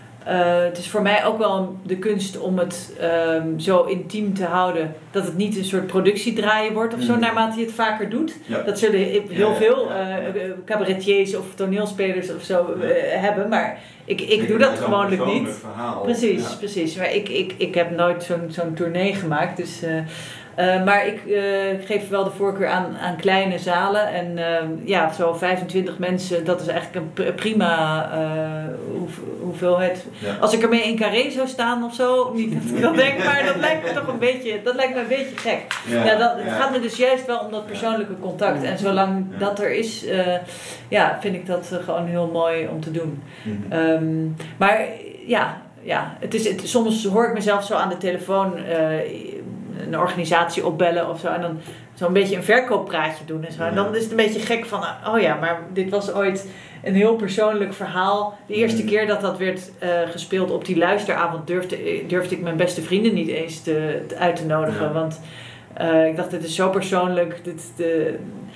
Uh, het is voor mij ook wel de kunst om het um, zo intiem te houden dat het niet een soort productiedraaien wordt of zo, mm. naarmate je het vaker doet. Ja. Dat zullen heel ja, veel uh, cabaretiers of toneelspelers of zo uh, hebben, maar ik, ik, ik doe dat gewoonlijk niet. Verhaal. Precies, ja. precies. Maar ik, ik, ik heb nooit zo'n, zo'n tournee gemaakt, dus... Uh, Uh, maar ik uh, geef wel de voorkeur aan, aan kleine zalen en uh, ja, zo vijfentwintig mensen, dat is eigenlijk een prima uh, hoeveelheid. Ja. Als ik ermee in Carré zou staan of zo, niet dat ik dat denk, maar dat lijkt me toch een beetje, dat lijkt me een beetje gek. Ja, ja, dat, het gaat me dus juist wel om dat persoonlijke contact en zolang ja. dat er is, uh, ja, vind ik dat uh, gewoon heel mooi om te doen. Mm-hmm. Um, maar ja, ja het is, het, soms hoor ik mezelf zo aan de telefoon uh, een organisatie opbellen of zo en dan zo'n beetje een verkooppraatje doen en zo. En dan is het een beetje gek van, oh ja, maar dit was ooit een heel persoonlijk verhaal. De eerste keer dat dat werd uh, gespeeld op die luisteravond durfde, durfde ik mijn beste vrienden niet eens te, te uit te nodigen. Ja. Want uh, ik dacht, dit is zo persoonlijk. Dit, de,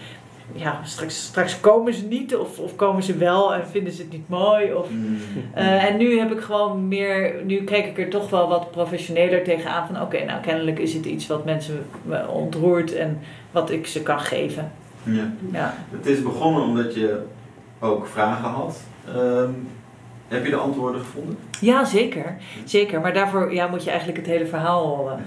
ja, straks, straks komen ze niet of, of komen ze wel en vinden ze het niet mooi. Of, uh, en nu heb ik gewoon meer, nu kijk ik er toch wel wat professioneler tegenaan van oké, okay, nou kennelijk is het iets wat mensen ontroert en wat ik ze kan geven. Ja. Ja. Het is begonnen omdat je ook vragen had. Um, heb je de antwoorden gevonden? Ja, zeker. Zeker. Maar daarvoor ja, moet je eigenlijk het hele verhaal horen.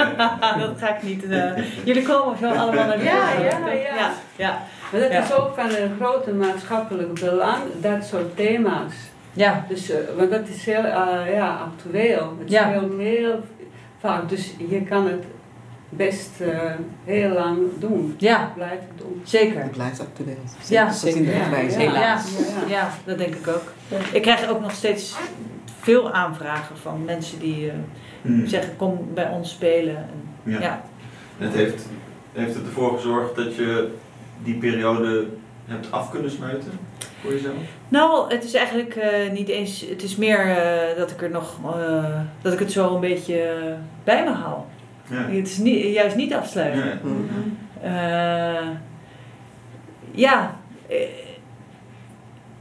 Dat ga ik niet. Uh, jullie komen zo allemaal naar de ja, ja, ja, ja. ja. Maar dat ja. is ook van een grote maatschappelijk belang, dat soort thema's. Ja. Dus, uh, want dat is heel uh, ja, actueel. Het ja. speelt heel vaak. Dus je kan het best uh, heel lang doen. Ja. Blijven doen. Zeker. Het blijft actueel. Ja. Zeker. Ja. Ja. Ja. Helaas. Ja. Ja. ja, dat denk ik ook. Ik krijg ook nog steeds veel aanvragen van mensen die uh, hmm. zeggen kom bij ons spelen. En, ja. Ja. En het heeft, heeft het ervoor gezorgd dat je die periode hebt af kunnen sluiten voor jezelf? Nou, het is eigenlijk uh, niet eens, het is meer uh, dat ik er nog, uh, dat ik het zo een beetje uh, bij me hou. Ja. Het is niet, juist niet afsluiten. Ja. Mm-hmm. Uh, ja,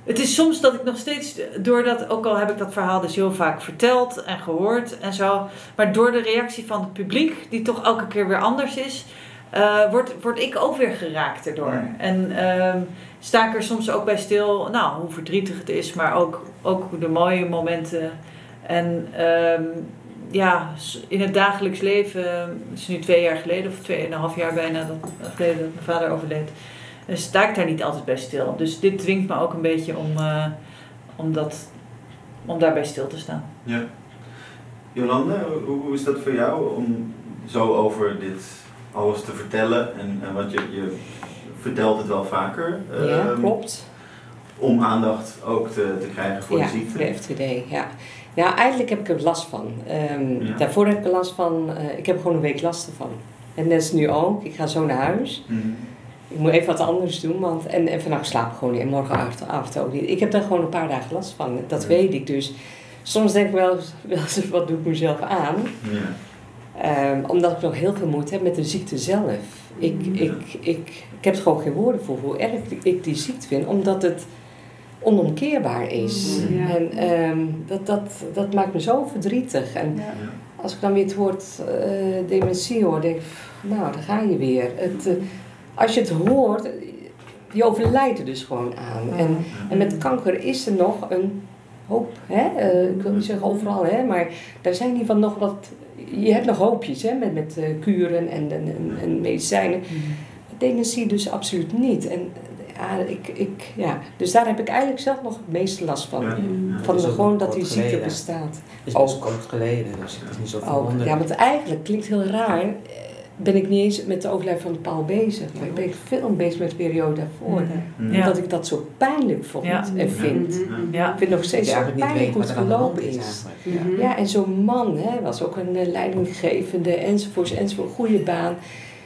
Het is soms dat ik nog steeds, doordat, ook al heb ik dat verhaal dus heel vaak verteld en gehoord en zo, maar door de reactie van het publiek, die toch elke keer weer anders is, uh, word, word ik ook weer geraakt erdoor. Mm. En uh, sta ik er soms ook bij stil, nou, hoe verdrietig het is, maar ook, ook de mooie momenten. En uh, ja, in het dagelijks leven, het is nu twee jaar geleden, of tweeënhalf jaar bijna dat, geleden dat mijn vader overleed. Dus sta ik daar niet altijd bij stil. Dus dit dwingt me ook een beetje om, uh, om, dat, om daarbij stil te staan. Ja. Jolanda, hoe, hoe is dat voor jou om zo over dit alles te vertellen? En, en want je, je vertelt het wel vaker. Ja, um, klopt. Om aandacht ook te, te krijgen voor ja, de ziekte. Ja, de F T D, ja. Ja, eigenlijk heb ik er last van. Um, ja. Daarvoor heb ik er last van. Uh, ik heb gewoon een week last ervan. En dat is nu ook. Ik ga zo naar huis. Mm. Ik moet even wat anders doen, want en, en vannacht slaap ik gewoon niet en morgenavond ook niet. Ik heb daar gewoon een paar dagen last van, dat ja. weet ik. Dus soms denk ik wel, wel eens, wat doe ik mezelf aan? Ja. Um, omdat ik nog heel veel moeite heb met de ziekte zelf. Ik, ja. ik, ik, ik heb er gewoon geen woorden voor hoe erg ik die ziekte vind, omdat het onomkeerbaar is. Ja. En um, dat, dat, dat maakt me zo verdrietig. En ja. als ik dan weer het woord uh, dementie hoor, denk ik, nou, daar ga je weer. Het, uh, Als je het hoort, je overlijdt er dus gewoon aan. En, en met kanker is er nog een hoop. Hè? Uh, ik wil niet zeggen overal, hè? Maar daar zijn in ieder geval nog wat. Je hebt nog hoopjes hè? met, met uh, kuren en, en, en, en medicijnen. Dementie dus absoluut niet. En, ja, ik, ik, ja. Dus daar heb ik eigenlijk zelf nog het meeste last van. Ja, ja. Van de, gewoon dat die ziekte geleden. bestaat. Het is best kort geleden, dus het is niet zo verwonderlijk. Ja, want eigenlijk klinkt heel raar. Ben ik niet eens met de overlijden van Paul bezig. Maar ik ben veel bezig met de periode daarvoor. Ja. Omdat ja. ik dat zo pijnlijk vond ja. en vind. Ja. Ik vind nog steeds zo pijnlijk hoe het gelopen is. is. Ja. ja, en zo'n man hè, was ook een uh, leidinggevende enzovoorts enzovoort. Goede baan.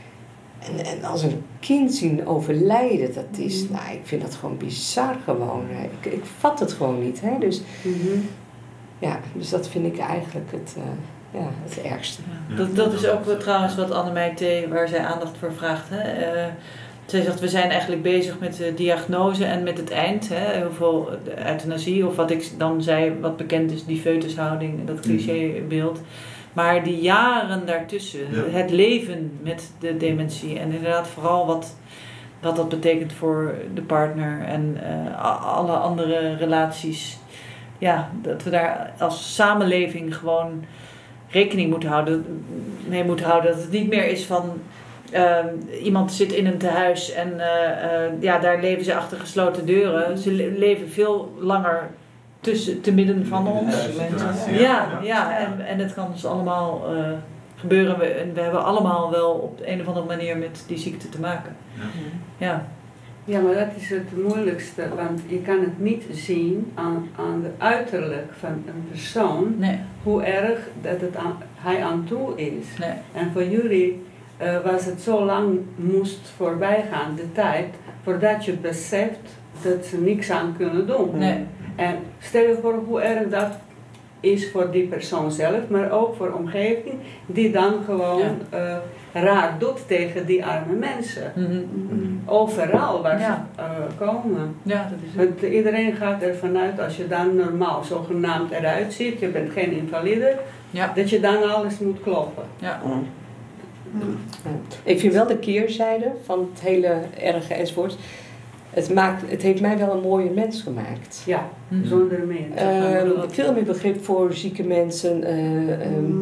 En, en als een kind zien overlijden, dat is, mm. nou, ik vind dat gewoon bizar gewoon. Ik, ik vat het gewoon niet. Hè. Dus, mm-hmm. ja, dus dat vind ik eigenlijk het... Uh, Ja, het ergste. Ja. Dat, dat is ook wat, trouwens wat Annemij T. waar zij aandacht voor vraagt. Hè. Uh, zij zegt, we zijn eigenlijk bezig met de diagnose en met het eind. Hè. Heel veel euthanasie, of wat ik dan zei, wat bekend is, die foetushouding, dat clichébeeld. Maar die jaren daartussen, ja. het leven met de dementie en inderdaad vooral wat, wat dat betekent voor de partner en uh, alle andere relaties. Ja, dat we daar als samenleving gewoon rekening moeten houden, mee moeten houden. Dat het niet meer is van uh, iemand zit in een tehuis en uh, uh, ja, daar leven ze achter gesloten deuren. Ze le- leven veel langer tussen, te midden van ons. Ja, ja, ja. En, en het kan ons allemaal uh, gebeuren. We, en we hebben allemaal wel op de een of andere manier met die ziekte te maken. Ja. Ja. Ja, maar dat is het moeilijkste, want je kan het niet zien aan, aan de uiterlijk van een persoon, nee. hoe erg dat het aan, hij aan toe is. Nee. En voor jullie uh, was het zo lang moest voorbij gaan, de tijd, voordat je beseft dat ze niks aan kunnen doen. Nee. En stel je voor hoe erg dat is voor die persoon zelf, maar ook voor de omgeving, die dan gewoon ja. uh, raar doet tegen die arme mensen. Mm-hmm. Overal waar ja. ze uh, komen. Ja, dat is Want iedereen gaat ervan uit, als je dan normaal zogenaamd eruit ziet, je bent geen invalide, ja. dat je dan alles moet kloppen. Ja. Mm. Mm. Ik vind wel de keerzijde van het hele erge enzovoort. Het, maakt, het heeft mij wel een mooie mens gemaakt. Ja, mm-hmm. zonder meer. Uh, veel meer begrip voor zieke mensen. Uh, um,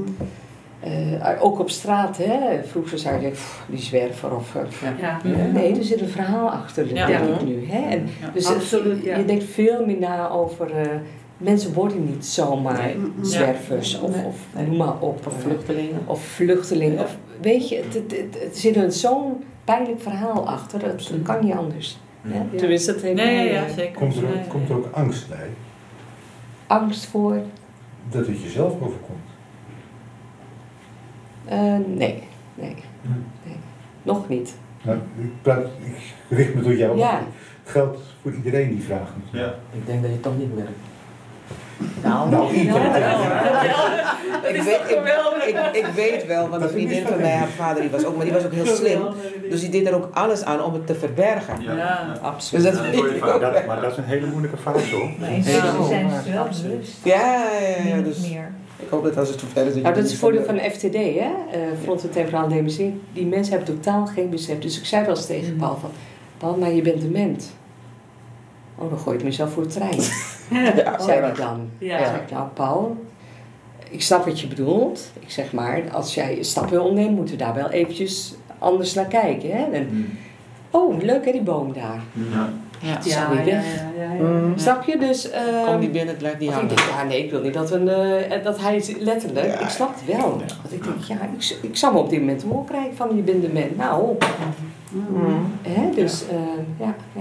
uh, ook op straat, hè. Vroeger zou je denken, die zwerver of... Uh, ja. Ja. Nee, er zit een verhaal achter, ja. denk ik nu. Hè. En ja. dus Absoluut, ja. je denkt veel meer na over... Uh, mensen worden niet zomaar nee. zwervers ja. of, of nee. noem maar op. Of vluchtelingen. Of vluchtelingen. Ja. Of, weet je, het, het, het, het zit er zo'n pijnlijk verhaal achter. Dat kan niet anders. Ja, ja. Tenminste, dat heeft nee, mij, ja, zeker. Komt er, ook, komt er ook angst bij? Angst voor? Dat het jezelf overkomt? Uh, nee, nee, hm. nee. Nog niet. Nou, ik, praat, ik richt me tot jou. Ja. Het geldt voor iedereen die vraagt. Ja. Ik denk dat je het toch niet merkt. Nou, Nou, iedereen. Ik weet, ik, ik, ik weet wel, want een vriendin van mij, haar vader, die was ook, maar die was ook heel slim. Dus die deed er ook alles aan om het te verbergen. Ja, Ja. Absoluut. Dus dat Ja, weet dat ik hoor je ook vaak. wel. Dat, maar dat is een hele moeilijke fase hoor. Maar Ja. intussen zijn ze wel Absoluut. bewust. Ja, ja, ja, ja, Min dus of meer. ik hoop dat als het zover is... je Nou, dat het is het niet voordeel verbergt. van F T D, hè? Uh, frontotemporale dementie. Die mensen hebben totaal geen besef. Dus ik zei wel eens tegen Paul van... Paul, maar je bent dement. Oh, dan gooi ik mezelf voor de trein. Ja, Zei ik dan. Ja. Dan zeg ik, nou Paul... Ik snap wat je bedoelt. Ik zeg maar, als jij een stap wil ondernemen... moeten we daar wel eventjes anders naar kijken, hè? En, Mm. oh, leuk hè, die boom daar. Ja. Ja. Die is alweer weg. ja, ja, ja. Mm. Snap je? Dus... Uh, Kom die binnen, het lijkt niet Want ik handig. denk, ja, nee, ik wil niet dat, een, uh, dat hij letterlijk... Ja. Ik snap het wel. Want ik denk, ja, ik, ik zou me op dit moment omhoog krijgen van je bent dement. Nou, Mm. hè, dus uh, ja, ja.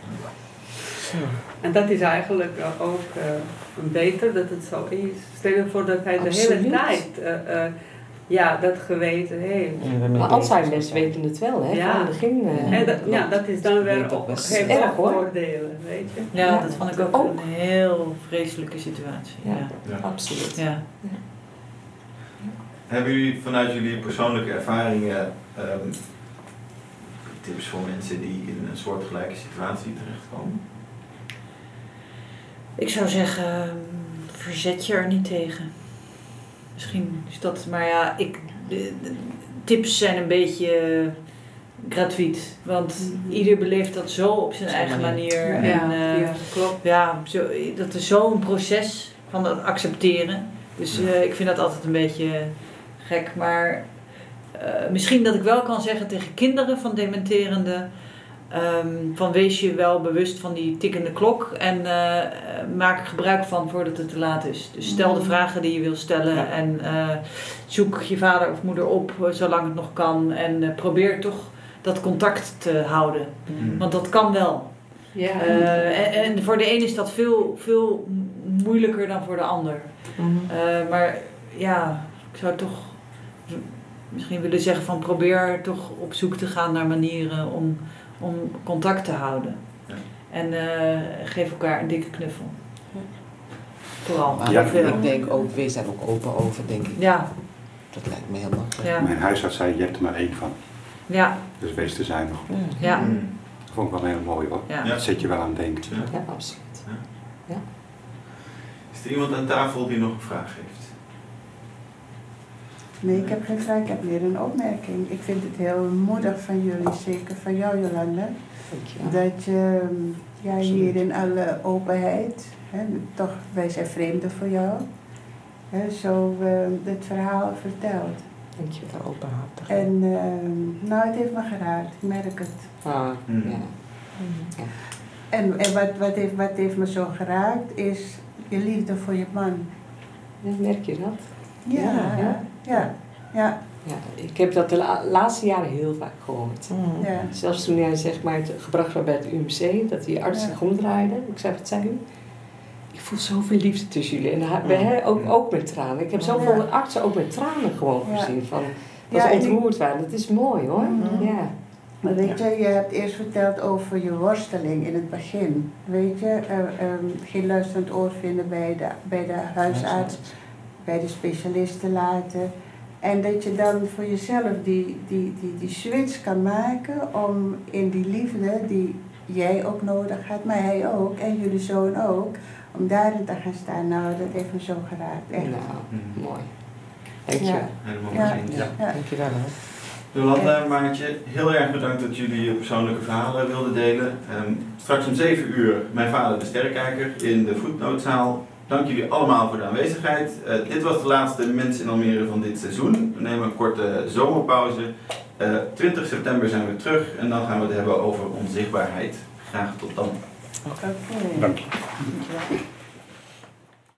En dat is eigenlijk uh, ook uh, beter dat het zo is. Stel je voor dat hij de Absoluut. hele tijd uh, uh, ja, dat geweten heeft. Maar Alzheimer's weten het wel, hè? Ja. Van het begin. Uh, En dat, ja, dat is dan Ik weer weet dat ook, best. heeft Erg, ook hoor. voordelen, weet je. Ja, Ja. dat vond ik ook, Ook. een heel vreselijke situatie. Ja. Ja. Ja. Absoluut. Ja. Hebben jullie vanuit jullie persoonlijke ervaringen um, tips voor mensen die in een soortgelijke situatie terechtkomen? Ik zou zeggen, verzet je er niet tegen. Misschien is dat, maar ja, ik, de, de tips zijn een beetje gratuit. Want ieder beleeft dat zo op zijn Zijn eigen manier. manier. Ja, En, uh, ja, klopt. ja, zo, dat is zo'n proces van het accepteren. Dus uh, ik vind dat altijd een beetje gek. Maar uh, misschien dat ik wel kan zeggen tegen kinderen van dementerenden... Um, van wees je wel bewust van die tikkende klok en uh, maak er gebruik van voordat het te laat is. Dus stel de vragen die je wil stellen Ja. en uh, zoek je vader of moeder op uh, zolang het nog kan. En uh, probeer toch dat contact te houden. Mm. Want dat kan wel. Ja. Uh, en, en voor de een is dat veel, veel moeilijker dan voor de ander. Mm. Uh, maar ja, ik zou toch misschien willen zeggen van probeer toch op zoek te gaan naar manieren om, om contact te houden. Ja. En uh, geef elkaar een dikke knuffel. Vooral. Maar Ja, ik denk ook, wees daar ook open over, denk ik. Ja. Dat lijkt me heel makkelijk. Ja. Mijn huisarts zei, je hebt er maar één van. Ja. Dus wees te zuinig. Ja. Ja. Mm. Dat vond ik wel heel mooi hoor. Ja. Dat zet je wel aan het denken. Ja. Ja, absoluut. Is er iemand aan tafel die nog een vraag heeft? Nee, ik heb geen vraag, ik heb meer een opmerking. Ik vind het heel moedig van jullie, zeker van jou Jolanda, Dankjewel. dat je ja, hier in alle openheid, hè, toch wij zijn vreemden voor jou, hè, zo uh, dit verhaal vertelt. Dankjewel. Openhartig. En uh, nou, het heeft me geraakt, ik merk het. Ah, Mm. ja. En, en wat, wat, heeft, wat heeft me zo geraakt is je liefde voor je man. Ja, merk je dat? Ja, Ja. ja, ja. ja. Ja, ik heb dat de la- laatste jaren heel vaak gehoord. Mm. ja. Zelfs toen hij zeg maar, het gebracht werd bij het U M C, dat die arts Ja. zich omdraaide. Ik zei, wat zei u? Ik voel zoveel liefde tussen jullie. En hij, wij, ook, ook met tranen. Ik heb zoveel Ja. artsen ook met tranen gewoon Ja. gezien. Van, dat Ja, ze en ik- ontroerd waren. Dat is mooi hoor. Mhm. Ja. Maar weet je, je hebt eerst verteld over je worsteling in het begin. Weet je, uh, um, geen luisterend oor vinden bij de, bij de huisarts, bij de specialisten laten. En dat je dan voor jezelf die, die, die, die switch kan maken om in die liefde die jij ook nodig had, maar hij ook en jullie zoon ook, om daarin te gaan staan. Nou, dat heeft me zo geraakt, echt. Nou, Mm. mooi. Dank je. Ja. Helemaal Ja. mee eens. Ja. Ja. Dankjewel hoor. Jolanda, Maartje, heel erg bedankt dat jullie je persoonlijke verhalen wilden delen. Um, straks om zeven uur mijn vader de sterrenkijker in de voetnootzaal. Dank jullie allemaal voor de aanwezigheid. Uh, dit was de laatste Mensen in Almere van dit seizoen. We nemen een korte zomerpauze. Uh, twintig september zijn we terug en dan gaan we het hebben over onzichtbaarheid. Graag tot dan. Oké. Dank je. Dankjewel.